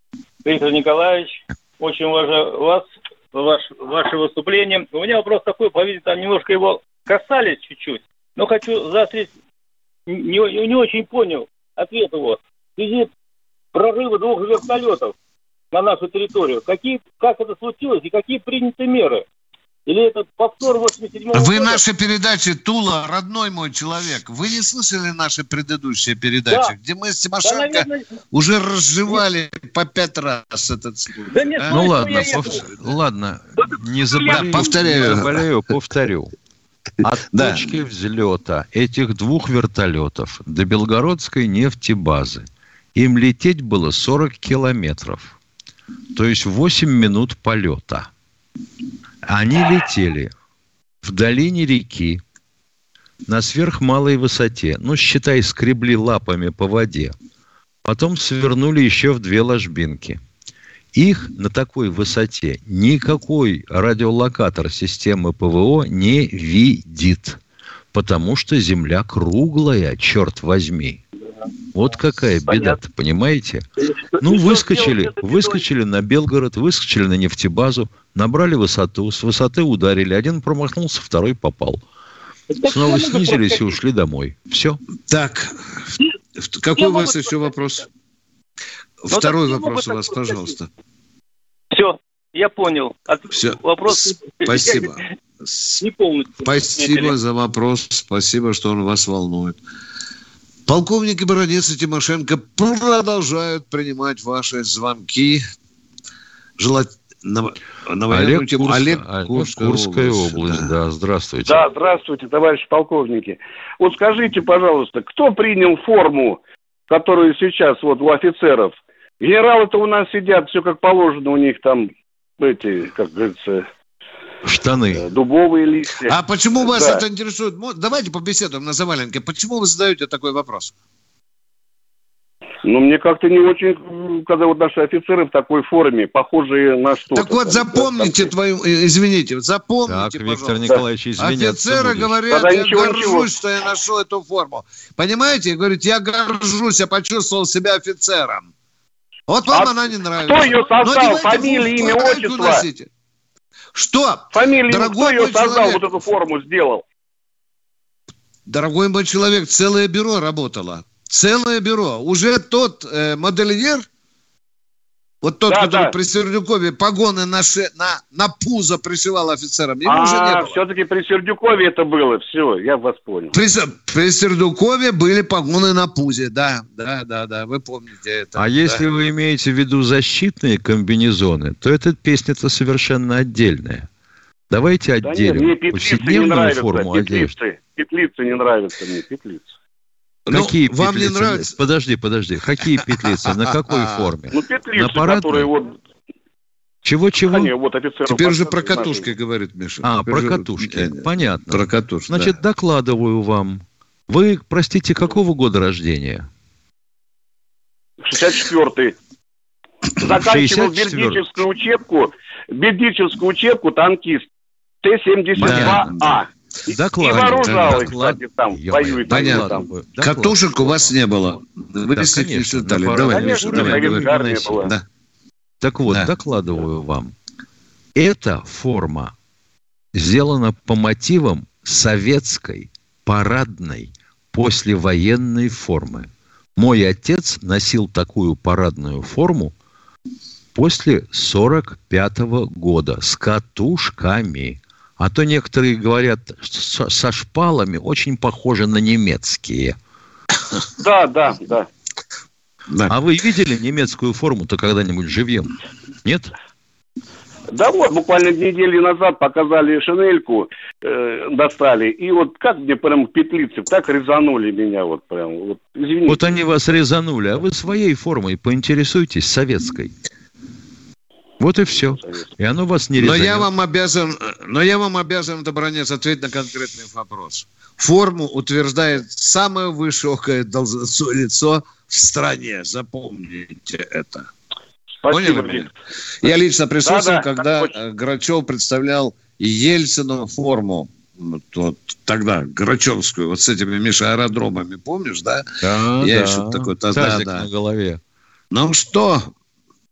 Виктор Николаевич, очень уважаю вас, ваше выступление. У меня вопрос такой, по-видимому, там немножко его касались чуть-чуть, но хочу заострить, не очень понял ответ его. В связи прорыва 2 вертолетов на нашу территорию, как это случилось и какие приняты меры? Или это повтор 87-го Вы года? наши передачи, Тула, родной мой человек, вы не слышали наши предыдущие передачи, Да. где мы с Тимошенко наверное, уже разжевали по 5 раз этот случай? Да нет, Ну слышно, ладно, не заболею, повторю. От точки взлета этих 2 вертолетов до Белгородской нефтебазы им лететь было 40 километров. То есть 8 минут полета. Они летели в долине реки на сверхмалой высоте. Ну, считай, скребли лапами по воде. Потом свернули еще в 2 ложбинки. Их на такой высоте никакой радиолокатор системы ПВО не видит. Потому что Земля круглая, черт возьми. Вот какая беда-то, понимаете? Ну, выскочили на Белгород, выскочили на нефтебазу, набрали высоту, с высоты ударили. Один промахнулся, второй попал. Снова снизились и ушли домой. Все. Так, какой у вас еще вопрос? Второй вопрос у вас, пожалуйста. Все, я понял. Все. Вопрос. Спасибо. Не полностью. Спасибо за вопрос. Спасибо, что он вас волнует. Полковники Баранец и Тимошенко продолжают принимать ваши звонки. Олег, Курская область. Да, здравствуйте. Да, здравствуйте, товарищи полковники. Вот скажите, пожалуйста, кто принял форму, которую сейчас вот у офицеров? Генералы-то у нас сидят, все как положено, у них там эти, как говорится... Штаны. Дубовые листья. А почему вас это интересует? Давайте побеседуем на заваленке. Почему вы задаете такой вопрос? Ну, мне как-то не очень, когда вот наши офицеры в такой форме, похожие на что-то. Так вот, запомните запомните, так, пожалуйста. Виктор Николаевич, извиняться офицеры будешь. говорят, Тогда я ничего. горжусь, что я нашел эту форму. Понимаете? Говорит, я горжусь, я почувствовал себя офицером. Вот вам она не нравится. Кто ее создал? Фамилия, имя, отчество? Носите. Что? Фамилию, Дорогой кто ее создал, человек, вот эту форму сделал? Дорогой мой человек, целое бюро работало. Целое бюро. Уже тот модельер, вот тот, который при Сердюкове погоны на пузо пришивал офицерам, ему уже не было. Все-таки при Сердюкове это было. Все, я вас понял. При Сердюкове были погоны на пузе, да, вы помните это. А если вы имеете в виду защитные комбинезоны, то эта песня-то совершенно отдельная. Давайте отделим мне повседневную форму одежды. Петлицы не нравятся мне, петлицы. Какие петлицы? Вам не нравится? Подожди. Какие петлицы? На какой форме? Ну, петлицы, на парадной? которые вот... Чего-чего? Вот теперь же про катушки говорит Миша. Про катушки. Понятно. Про катушки. Значит, докладываю вам. Вы, простите, какого года рождения? 64-й. Заканчивал бердичевскую учебку танкист Т-72А. Докладываю. И вооружал их, кстати, там, воюет. Понятно. Катушек у вас не было. Вы действительно считали. Давай, Миша, давай. Да. Так вот, докладываю вам. Эта форма сделана по мотивам советской парадной послевоенной формы. Мой отец носил такую парадную форму после 45-го года с катушками. А то некоторые говорят, со шпалами очень похожи на немецкие. Да. А вы видели немецкую форму-то когда-нибудь живьем? Нет? Да вот, буквально недели назад показали шинельку, достали. И вот как мне прям петлицы так резанули меня. Вот прям. Вот, извините. Вот они вас резанули, а вы своей формой поинтересуйтесь, советской. Вот и все. И оно вас не резанет. Но я вам обязан, Добронец, ответить на конкретный вопрос. Форму утверждает самое высокое должностное лицо в стране. Запомните это. Спасибо. Поняли меня? Я лично присутствовал, когда Грачев представлял Ельцину форму. Вот, тогда, Грачевскую, вот с этими, Миша, аэродромами, помнишь, да? Да, я еще такой... Тазик на голове. Ну что...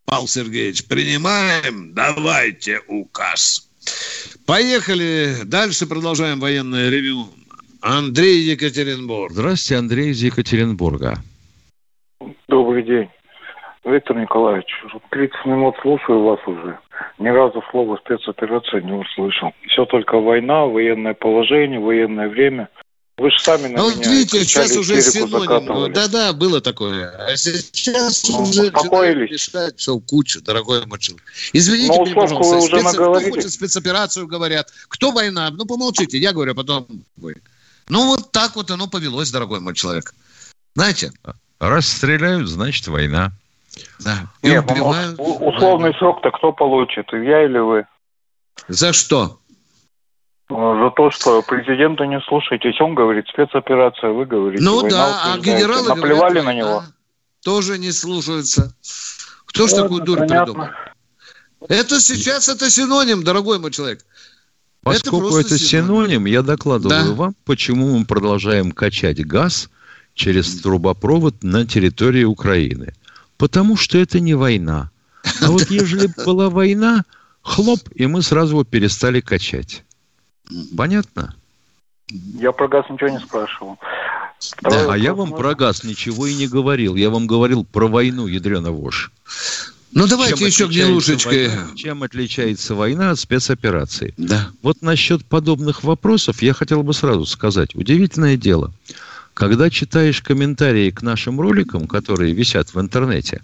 Павел Сергеевич, принимаем. Давайте указ. Поехали. Дальше продолжаем военное ревью. Андрей, Екатеринбург. Здравствуйте, Андрей из Екатеринбурга. Добрый день. Виктор Николаевич, 30 минут слушаю вас уже. Ни разу слова спецоперация не услышал. Все только война, военное положение, военное время. Вы же сами на меня видите, кричали, сейчас уже синоним. закатывали. Да, было такое. А сейчас уже решать все в кучу, дорогой мой человек. Извините меня, пожалуйста. Кто хочет спецоперацию, говорят. Кто война? Ну, помолчите. Я говорю, потом вы. Ну, вот так вот оно повелось, дорогой мой человек. Знаете? Раз стреляют, значит война. Да. Нет, условный срок-то кто получит? Я или вы? За что? За то, что президента не слушаетесь. Он говорит, спецоперация, вы говорите. Ну да, а генералы наплевали говорят, на него. Тоже не слушаются. Кто ж такую дурь придумал? Это сейчас синоним, дорогой мой человек. Поскольку это синоним, я докладываю вам, почему мы продолжаем качать газ через трубопровод на территории Украины. Потому что это не война. А вот ежели была война, хлоп, и мы сразу его перестали качать. Понятно? Я про газ ничего не спрашивал. А я вам про газ ничего и не говорил. Я вам говорил про войну, ядрёна вошь. Ну, давайте еще гнилушечкой. Чем отличается война от спецоперации? Да. Вот насчет подобных вопросов я хотел бы сразу сказать. Удивительное дело. Когда читаешь комментарии к нашим роликам, которые висят в интернете,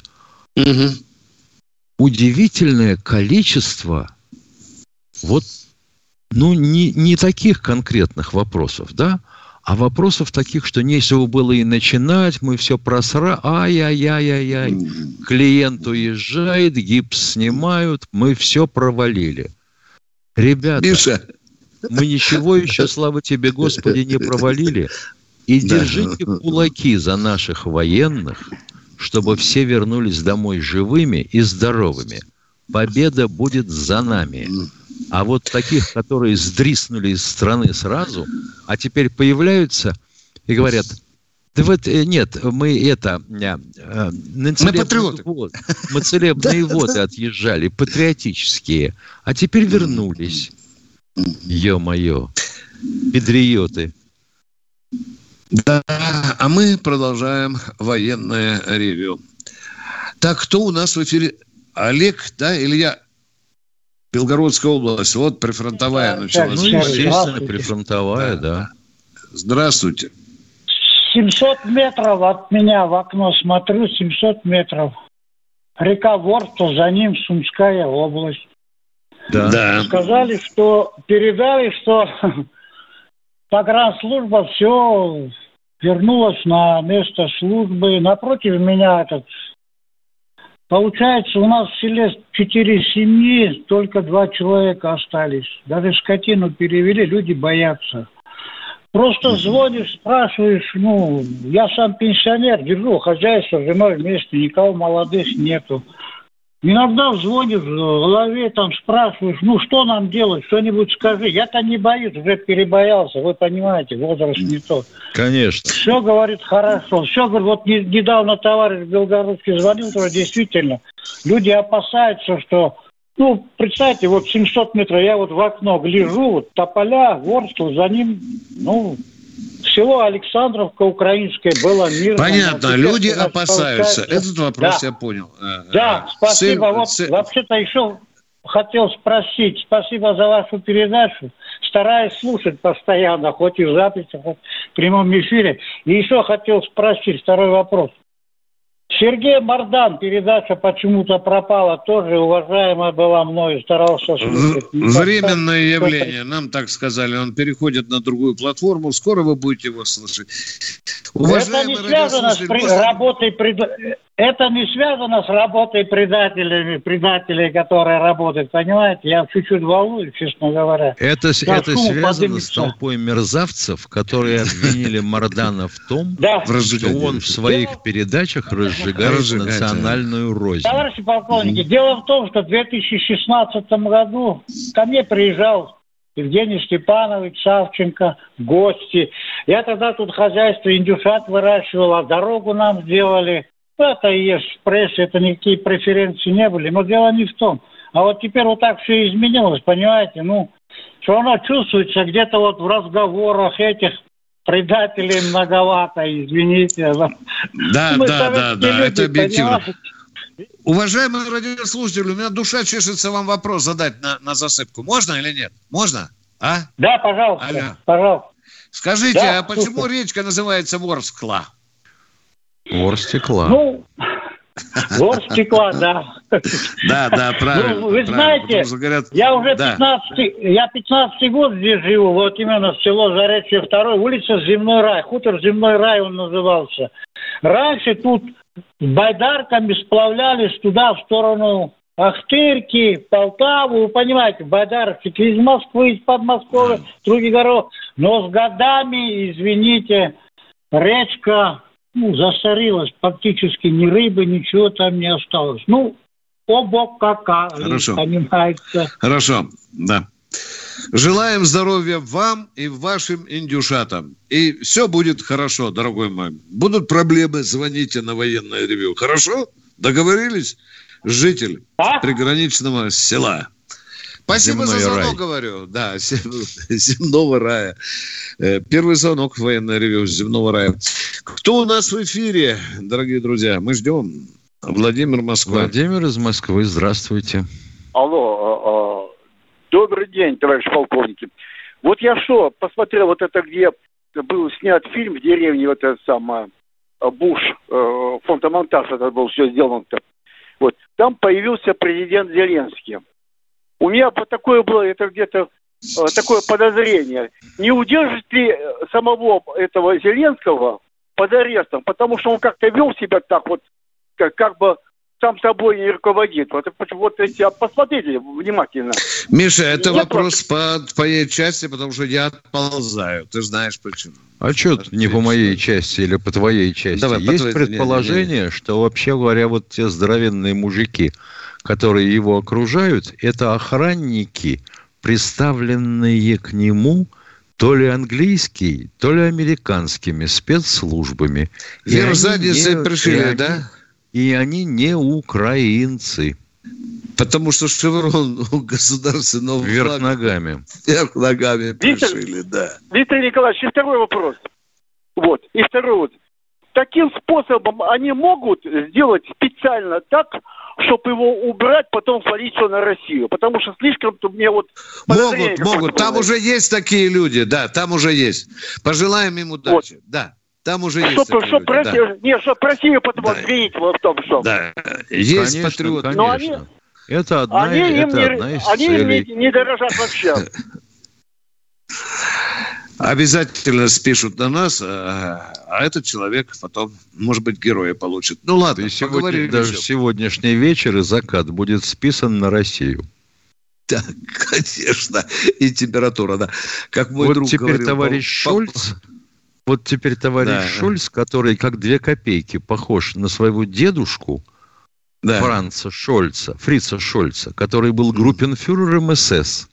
удивительное количество не таких конкретных вопросов, да, а вопросов таких, что нечего было и начинать, мы все просрали, ай-яй-яй-яй-яй, клиент уезжает, гипс снимают, мы все провалили. Ребята, Миша, мы ничего еще, слава тебе, Господи, не провалили. И держите кулаки за наших военных, чтобы все вернулись домой живыми и здоровыми. Победа будет за нами. А вот таких, которые сдриснули из страны сразу, а теперь появляются и говорят, да вот нет, мы целебные воды отъезжали, патриотические, а теперь вернулись. Ё-моё, педриоты. Да, а мы продолжаем военное ревью. Так, кто у нас в эфире? Олег, да, Илья? Белгородская область, вот прифронтовая началась. Ну, естественно, прифронтовая, да. Здравствуйте. 700 метров от меня в окно смотрю, 700 метров. Река Ворскла, за ним Сумская область. Да. Сказали, что передали, что погранслужба все вернулась на место службы. Напротив меня получается, у нас в селе 4 семьи, только 2 человека остались. Даже скотину перевели, люди боятся. Просто звонишь, спрашиваешь, я сам пенсионер, держу хозяйство, с женой вместе, никого молодых нету. Иногда звонишь в голове, спрашиваешь, что нам делать, что-нибудь скажи. Я-то не боюсь, уже перебоялся, вы понимаете, возраст не тот. Конечно. Все, говорит, хорошо. Все, говорит, вот недавно товарищ Белгородский звонил, тоже действительно. Люди опасаются, что, представьте, 700 метров, я в окно гляжу, тополя, Ворскла, за ним, село Александровка украинское было мирно. Понятно, люди опасаются. Этот вопрос я понял. Да, спасибо. Вообще-то еще хотел спросить. Спасибо за вашу передачу. Стараюсь слушать постоянно, хоть и в записи, хоть в прямом эфире. И еще хотел спросить, второй вопрос. Сергей Мардан, передача почему-то пропала, тоже уважаемая была мной, старался слушать. Временное явление, нам так сказали, он переходит на другую платформу, скоро вы будете его слышать. Это не связано с работой это не связано с работой предателей, которые работают, понимаете? Я чуть-чуть волнуюсь, честно говоря. Это связано с толпой мерзавцев, которые обвинили Мардана в том, что он в своих передачах разжигает национальную рознь. Товарищи полковники, дело в том, что в 2016 году ко мне приезжал Евгений Степанович Савченко в гости. Я тогда тут хозяйство индюшат выращивал, а дорогу нам сделали. Это и есть в прессе, это никакие преференции не были. Но дело не в том. А вот теперь вот так все изменилось, понимаете? Ну, все равно чувствуется где-то вот в разговорах этих предателей многовато, извините. Да, это объективно. Уважаемые радиослушатели, у меня душа чешется вам вопрос задать на засыпку. Можно или нет? Можно? А? Да, пожалуйста. Алло. Пожалуйста. Скажите, да, а почему речка называется Ворскла? Ворстекла. Ну, Ворстекла, да. Да, правильно. Ну, вы знаете, говорят, я уже 15 год здесь живу, вот именно в село Заречье 2, улица Земной рай, хутор Земной рай он назывался. Раньше тут с байдарками сплавлялись туда, в сторону Ахтырки, Полтаву, вы понимаете, байдарочки из Москвы, из Подмосковья, других городов. Но с годами, извините, речка засорилась, практически ни рыбы, ничего там не осталось. Ну, обокака, понимаете. Хорошо, да. Желаем здоровья вам и вашим индюшатам. И все будет хорошо, дорогой мой. Будут проблемы, звоните на военное ревью. Хорошо? Договорились? Житель приграничного села. Спасибо Земной за звонок, рай. говорю. Да, земного рая. Первый звонок в военное ревью земного рая. Кто у нас в эфире, дорогие друзья? Мы ждем. Владимир, Москва. Владимир из Москвы, здравствуйте. Алло, добрый день, товарищ полковники. Вот я посмотрел вот это, где был снят фильм в деревне, вот это самое, Буш, фотомонтаж это был, все сделано-то. Вот, там появился президент Зеленский. У меня такое было, это где-то такое подозрение. Не удержит ли самого этого Зеленского под арестом? Потому что он как-то вел себя так вот, как бы сам собой не руководит. Вот посмотрите внимательно. Миша, это вопрос по твоей части, потому что я отползаю. Ты знаешь почему. А что не по моей части или по твоей части? Давай, есть предположение, что, вообще говоря, вот те здоровенные мужики, которые его окружают, это охранники, представленные к нему то ли английскими, то ли американскими спецслужбами. Вверх задницей пришили, да? И они не украинцы. Потому что шеврон у государственного вверх ногами. Вверх ногами пришили, да. Виктор Николаевич, и второй вопрос. Вот, и второй вот. Таким способом они могут сделать специально так, чтобы его убрать, потом свалить все на Россию. Потому что слишком-то мне вот... Могут. Там уже есть такие люди, да, там уже есть. Пожелаем им удачи, вот. Да. Там уже есть такие люди, Нет, чтобы Россию потом обвинить в том, что... Да, есть патриоты. Конечно. Это одна из целей. Они не дорожат вообще. Обязательно спишут на нас, а этот человек потом, может быть, героя получит. Ну ладно, и даже сегодняшний вечер и закат будет списан на Россию. Да, конечно. И температура, да. Как мой друг теперь говорил, товарищ Шольц, который как 2 копейки похож на своего дедушку, Фрица Шольца, который был группенфюрером СС.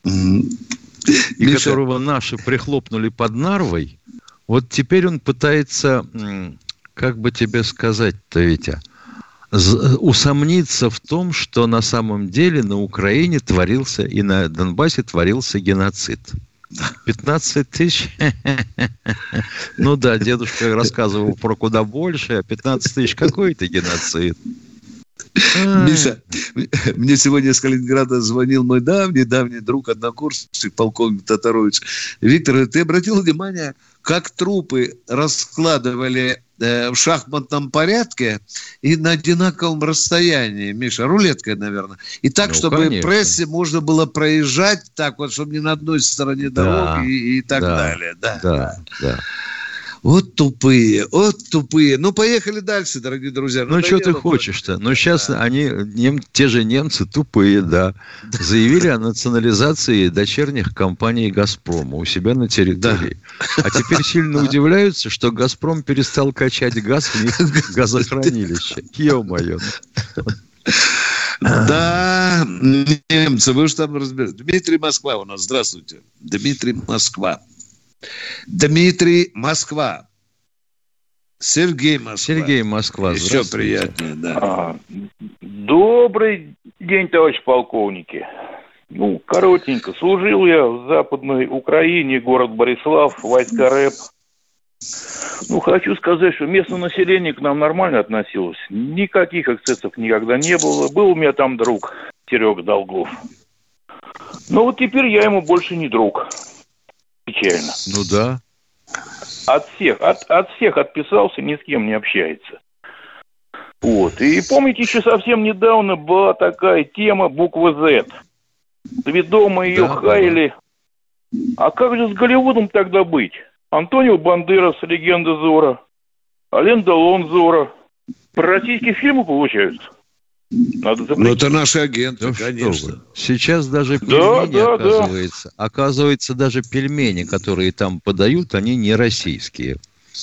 И Миша, которого наши прихлопнули под Нарвой, вот теперь он пытается, как бы тебе сказать-то, Витя, усомниться в том, что на самом деле на Украине творился и на Донбассе творился геноцид. 15 тысяч? Ну да, дедушка рассказывал про куда больше, а 15 тысяч какой-то геноцид. Миша, мне сегодня из Калининграда звонил мой давний друг, однокурсник, полковник Татарович. Виктор, ты обратил внимание, как трупы раскладывали в шахматном порядке и на одинаковом расстоянии, Миша, рулеткой, наверное. И так, чтобы конечно. Прессе можно было проезжать так вот, чтобы не на одной стороне дороги и так далее. Да. Вот тупые. Ну, поехали дальше, дорогие друзья. Ну, что ты хочешь-то? Ну, сейчас те же немцы тупые, да. Заявили о национализации дочерних компаний «Газпрома» у себя на территории. Да. А теперь сильно удивляются, что «Газпром» перестал качать газ в них газохранилище. Ё-моё. Да, немцы, вы же там разберетесь. Дмитрий, Москва у нас. Здравствуйте. Дмитрий, Москва. Сергей, Москва. Сергей, Москва. Еще приятнее, да. Добрый день, товарищ полковники. Коротенько. Служил я в Западной Украине, город Борислав, войска РЭП. Хочу сказать, что местное население к нам нормально относилось. Никаких эксцессов никогда не было. Был у меня там друг, Серега Долгов. Но вот теперь я ему больше не друг. Печально. Да. От всех отписался, ни с кем не общается. И помните, еще совсем недавно была такая тема буква Z. Ведомо ее хаяли. А как же с Голливудом тогда быть? Антонио Бандерас, легенда Зорро. Ален Делон, Зорро. Про российские фильмы получаются? Это наши агенты, конечно. Сейчас даже пельмени, оказывается. Оказывается, даже пельмени, которые там подают, они не российские.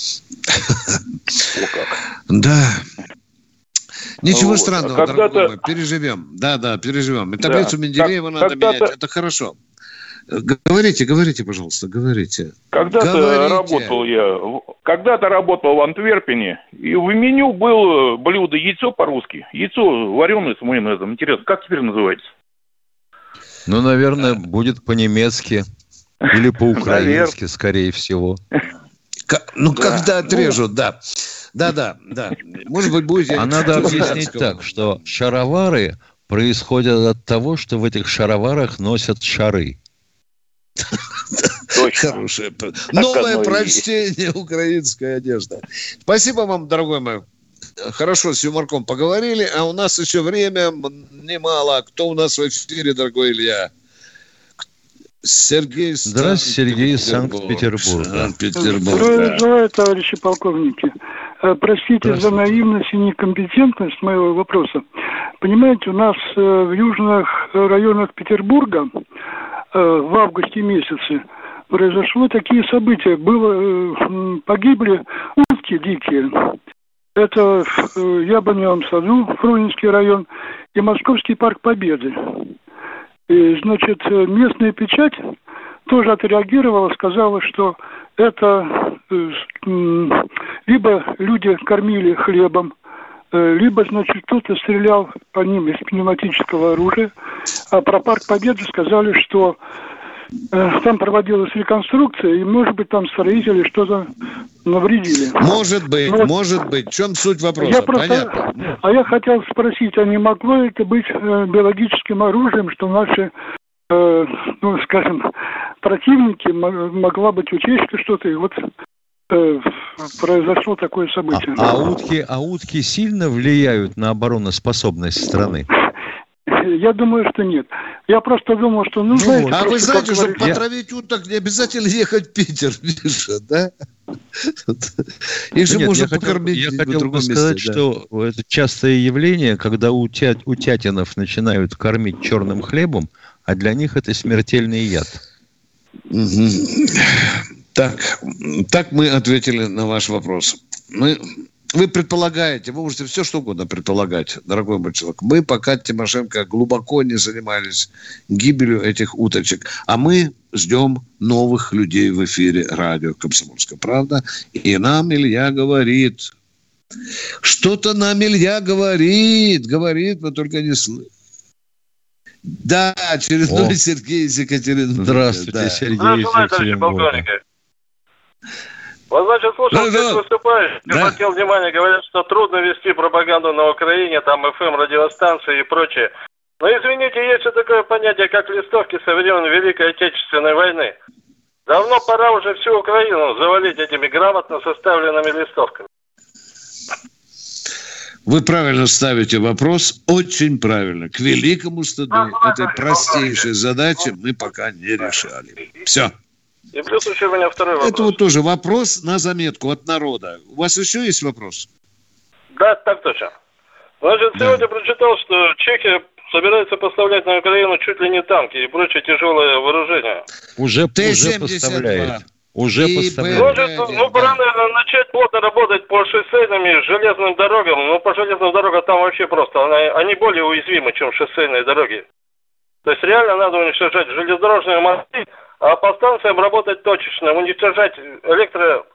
Да. Ничего странного, дорогой мой, переживем. Да, переживем. И таблицу Менделеева надо менять, это хорошо. Говорите, пожалуйста, говорите. Когда-то работал в Антверпене, и в меню было блюдо яйцо по-русски. Яйцо вареное с майонезом. Интересно, как теперь называется? Наверное, будет по-немецки. Или по-украински, скорее всего. Когда отрежут, да. Да. Может быть, будет... А надо объяснить так, что шаровары происходят от того, что в этих шароварах носят шары. Хорошее. Новое прочтение украинской одежды. Спасибо вам, дорогой мой. Хорошо, с юморком поговорили, а у нас еще время немало. Кто у нас в эфире, дорогой Илья? Сергей. Здравствуйте, Сергей из Санкт-Петербурга. Здравия, товарищи полковники. Простите за наивность и некомпетентность моего вопроса. Понимаете, у нас в южных районах Петербурга в августе месяце произошло такие события. Погибли утки дикие. Это в Яблоневом саду, Фрунзенский район, и Московский парк Победы. И, местная печать тоже отреагировала, сказала, что это либо люди кормили хлебом, либо, кто-то стрелял по ним из пневматического оружия. А про парк Победы сказали, что там проводилась реконструкция, и, может быть, там строители что-то навредили. Может быть. В чем суть вопроса? Понятно. А я хотел спросить, а не могло это быть биологическим оружием, что наши, противники могла быть утечка что-то, и произошло такое событие. А утки сильно влияют на обороноспособность страны? Я думаю, что нет. Я просто думал, что... вы знаете, чтобы потравить уток, не обязательно ехать в Питер, Миша, да? Их же можно покормить. Я хотел бы сказать, что это частое явление, когда утятинов начинают кормить черным хлебом, а для них это смертельный яд. Так мы ответили на ваш вопрос. Вы предполагаете, вы можете все что угодно предполагать, дорогой мой человек. Мы пока Тимошенко глубоко не занимались гибелью этих уточек. А мы ждем новых людей в эфире радио «Комсомольская правда». И нам Илья говорит. Что-то нам Илья говорит, вы только не слышите. Да, очередной Сергей из Екатеринбурга. Здравствуйте, Сергей из Екатеринбурга. Слушал здесь выступающих, обратил внимание, говорят, что трудно вести пропаганду на Украине, там ФМ, радиостанции и прочее. Но извините, есть же такое понятие, как листовки со времен Великой Отечественной войны. Давно пора уже всю Украину завалить этими грамотно составленными листовками. Вы правильно ставите вопрос, очень правильно. К великому стыду этой простейшей задачи мы пока не решали. Все. И плюс еще у меня второй вопрос. Это тоже вопрос на заметку от народа. У вас еще есть вопрос? Да, так точно. Сегодня прочитал, что Чехия собирается поставлять на Украину чуть ли не танки и прочее тяжелое вооружение. Уже поставляет. Пора, наверное, начать плотно работать по шоссейным и железным дорогам. По железным дорогам там вообще просто, они более уязвимы, чем шоссейные дороги. То есть реально надо уничтожать железнодорожные мосты, а по станциям работать точечно, уничтожать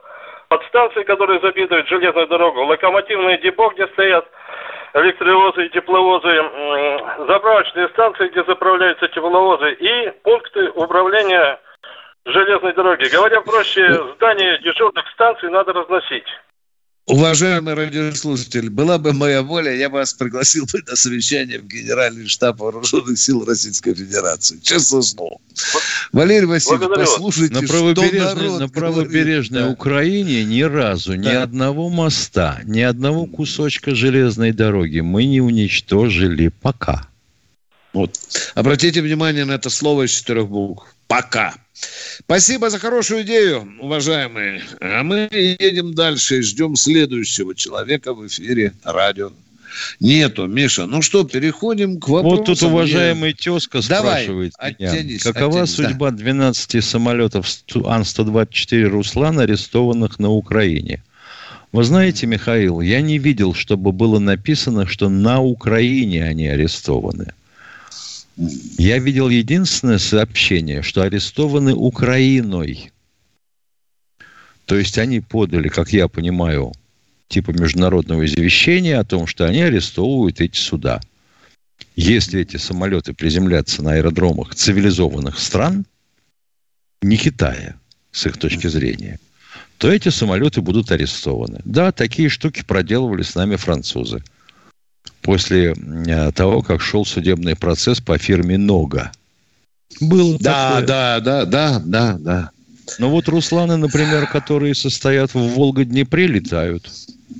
подстанции, которые запитывают железную дорогу, локомотивные депо, где стоят электровозы и тепловозы, заправочные станции, где заправляются тепловозы, и пункты управления железной дороги. Говоря проще, здания дежурных станций надо разносить. Уважаемый радиослушатель, была бы моя воля, я бы вас пригласил бы на совещание в Генеральный штаб Вооруженных сил Российской Федерации. Честно слово. Валерий Васильевич, послушайте, на правобережной Украине ни разу, ни одного моста, ни одного кусочка железной дороги мы не уничтожили пока. Вот. Обратите внимание на это слово из 4 букв. Пока. Спасибо за хорошую идею, уважаемые. А мы едем дальше и ждем следующего человека в эфире радио. Нету, Миша. Ну что, переходим к вопросу. Вот тут уважаемый тезка спрашивает меня, какова судьба 12 самолетов Ан-124 «Руслан», арестованных на Украине? Вы знаете, Михаил, я не видел, чтобы было написано, что на Украине они арестованы. Я видел единственное сообщение, что арестованы Украиной. То есть они подали, как я понимаю, типа международного извещения о том, что они арестовывают эти суда. Если эти самолеты приземлятся на аэродромах цивилизованных стран, не Китая, с их точки зрения, то эти самолеты будут арестованы. Да, такие штуки проделывали с нами французы. После того, как шел судебный процесс по фирме «Нога». Было такое. Да. Но вот «Русланы», например, которые состоят в Волго-Днепре, летают.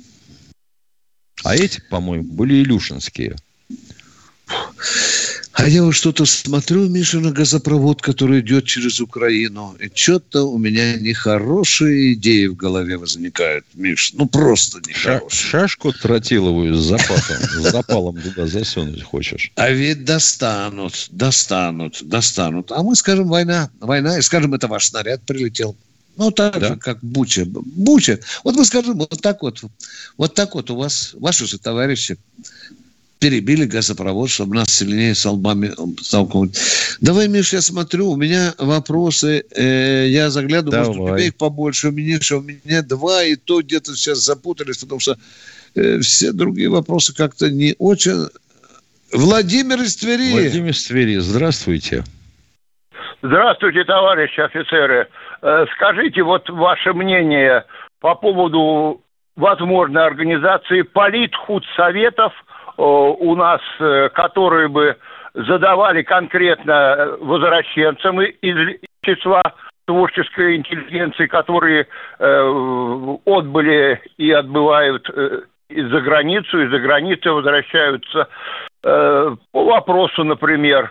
А эти, по-моему, были илюшинские. А я вот что-то смотрю, Миша, на газопровод, который идет через Украину, и что-то у меня нехорошие идеи в голове возникают, Миш. Ну, просто нехорошие. Шашку тротиловую с запалом туда засунуть хочешь? А ведь достанут. А мы скажем, война, и скажем, это ваш снаряд прилетел. Ну, так же, как Буча. Вот мы скажем, вот так вот у вас, ваши же товарищи, перебили газопровод, чтобы нас сильнее с лбами столкнуть. Давай, Миш, я смотрю, у меня вопросы, я заглядываю, может, у тебя их побольше, у меня 2, и то где-то сейчас запутались, потому что все другие вопросы как-то не очень... Владимир из Твери. Владимир из Твери, здравствуйте. Здравствуйте, товарищи офицеры. Скажите, вот ваше мнение по поводу возможной организации политхудсоветов у нас, которые бы задавали конкретно возвращенцам из числа творческой интеллигенции, которые отбыли и отбывают из-за границы возвращаются. По вопросу, например,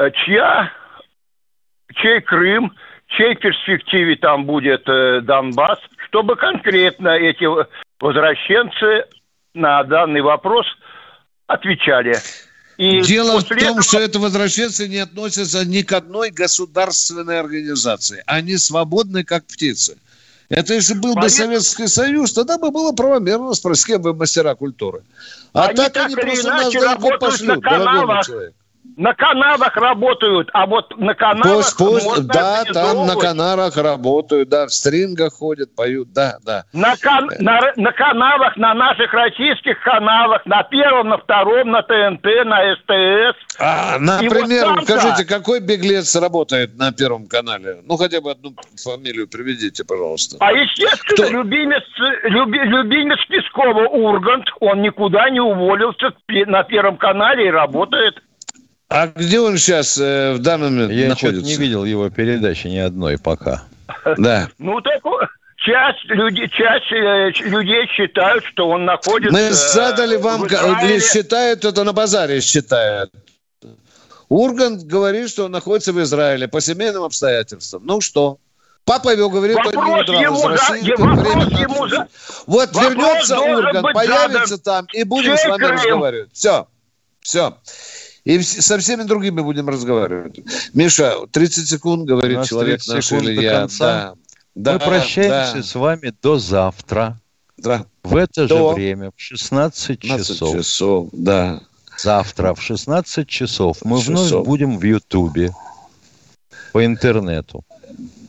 чей Крым, чей перспективе там будет Донбасс, чтобы конкретно эти возвращенцы на данный вопрос отвечали. И дело в том, что это возвращенцы не относятся ни к одной государственной организации. Они свободны, как птицы. Это если был бы Советский Союз, тогда бы было правомерно спросить, с кем вы мастера культуры. А они так они просто нас далеко пошлют, дорогой мой человек. На Канарах работают, а вот на Канарах... Да, там на Канарах работают, да, в стрингах ходят, поют, да. На каналах, на наших российских каналах, на Первом, на Втором, на ТНТ, на СТС. Например, вот скажите, какой беглец работает на Первом канале? Ну, хотя бы одну фамилию приведите, пожалуйста. А, естественно, любимец Пескова Ургант, он никуда не уволился на Первом канале и работает. А где он сейчас в данный момент находится? Я не видел его передачи ни одной пока. Да. Ну, так часть людей считают, что он находится... Мы задали вам... Не считают, это на базаре считают. Ургант говорит, что он находится в Израиле по семейным обстоятельствам. Ну что? Папа его говорит, он не удрал из России. Вот вернется Ургант, появится там, и будем с вами разговаривать. Все. И со всеми другими будем разговаривать. Миша, 30 секунд, говорит человек наш Илья. Мы прощаемся с вами до завтра. Да. В это же время, в 16 часов. Да. Завтра в 16 часов мы вновь будем в Ютубе, по интернету.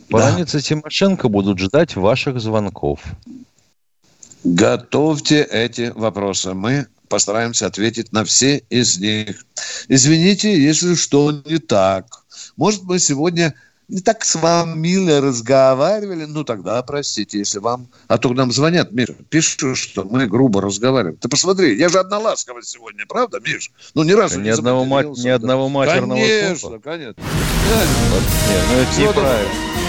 Баранец и Тимошенко будут ждать ваших звонков. Готовьте эти вопросы. Мы постараемся ответить на все из них. Извините, если что не так. Может, мы сегодня не так с вами мило разговаривали. Ну, тогда простите, если вам... А то нам звонят, Миша, пишут, что мы грубо разговариваем. Ты посмотри, я же одноласковый сегодня, правда, Миш? Ну, ни разу ни одного матерного конечно, слова. конечно. Нет, ну это неправильно.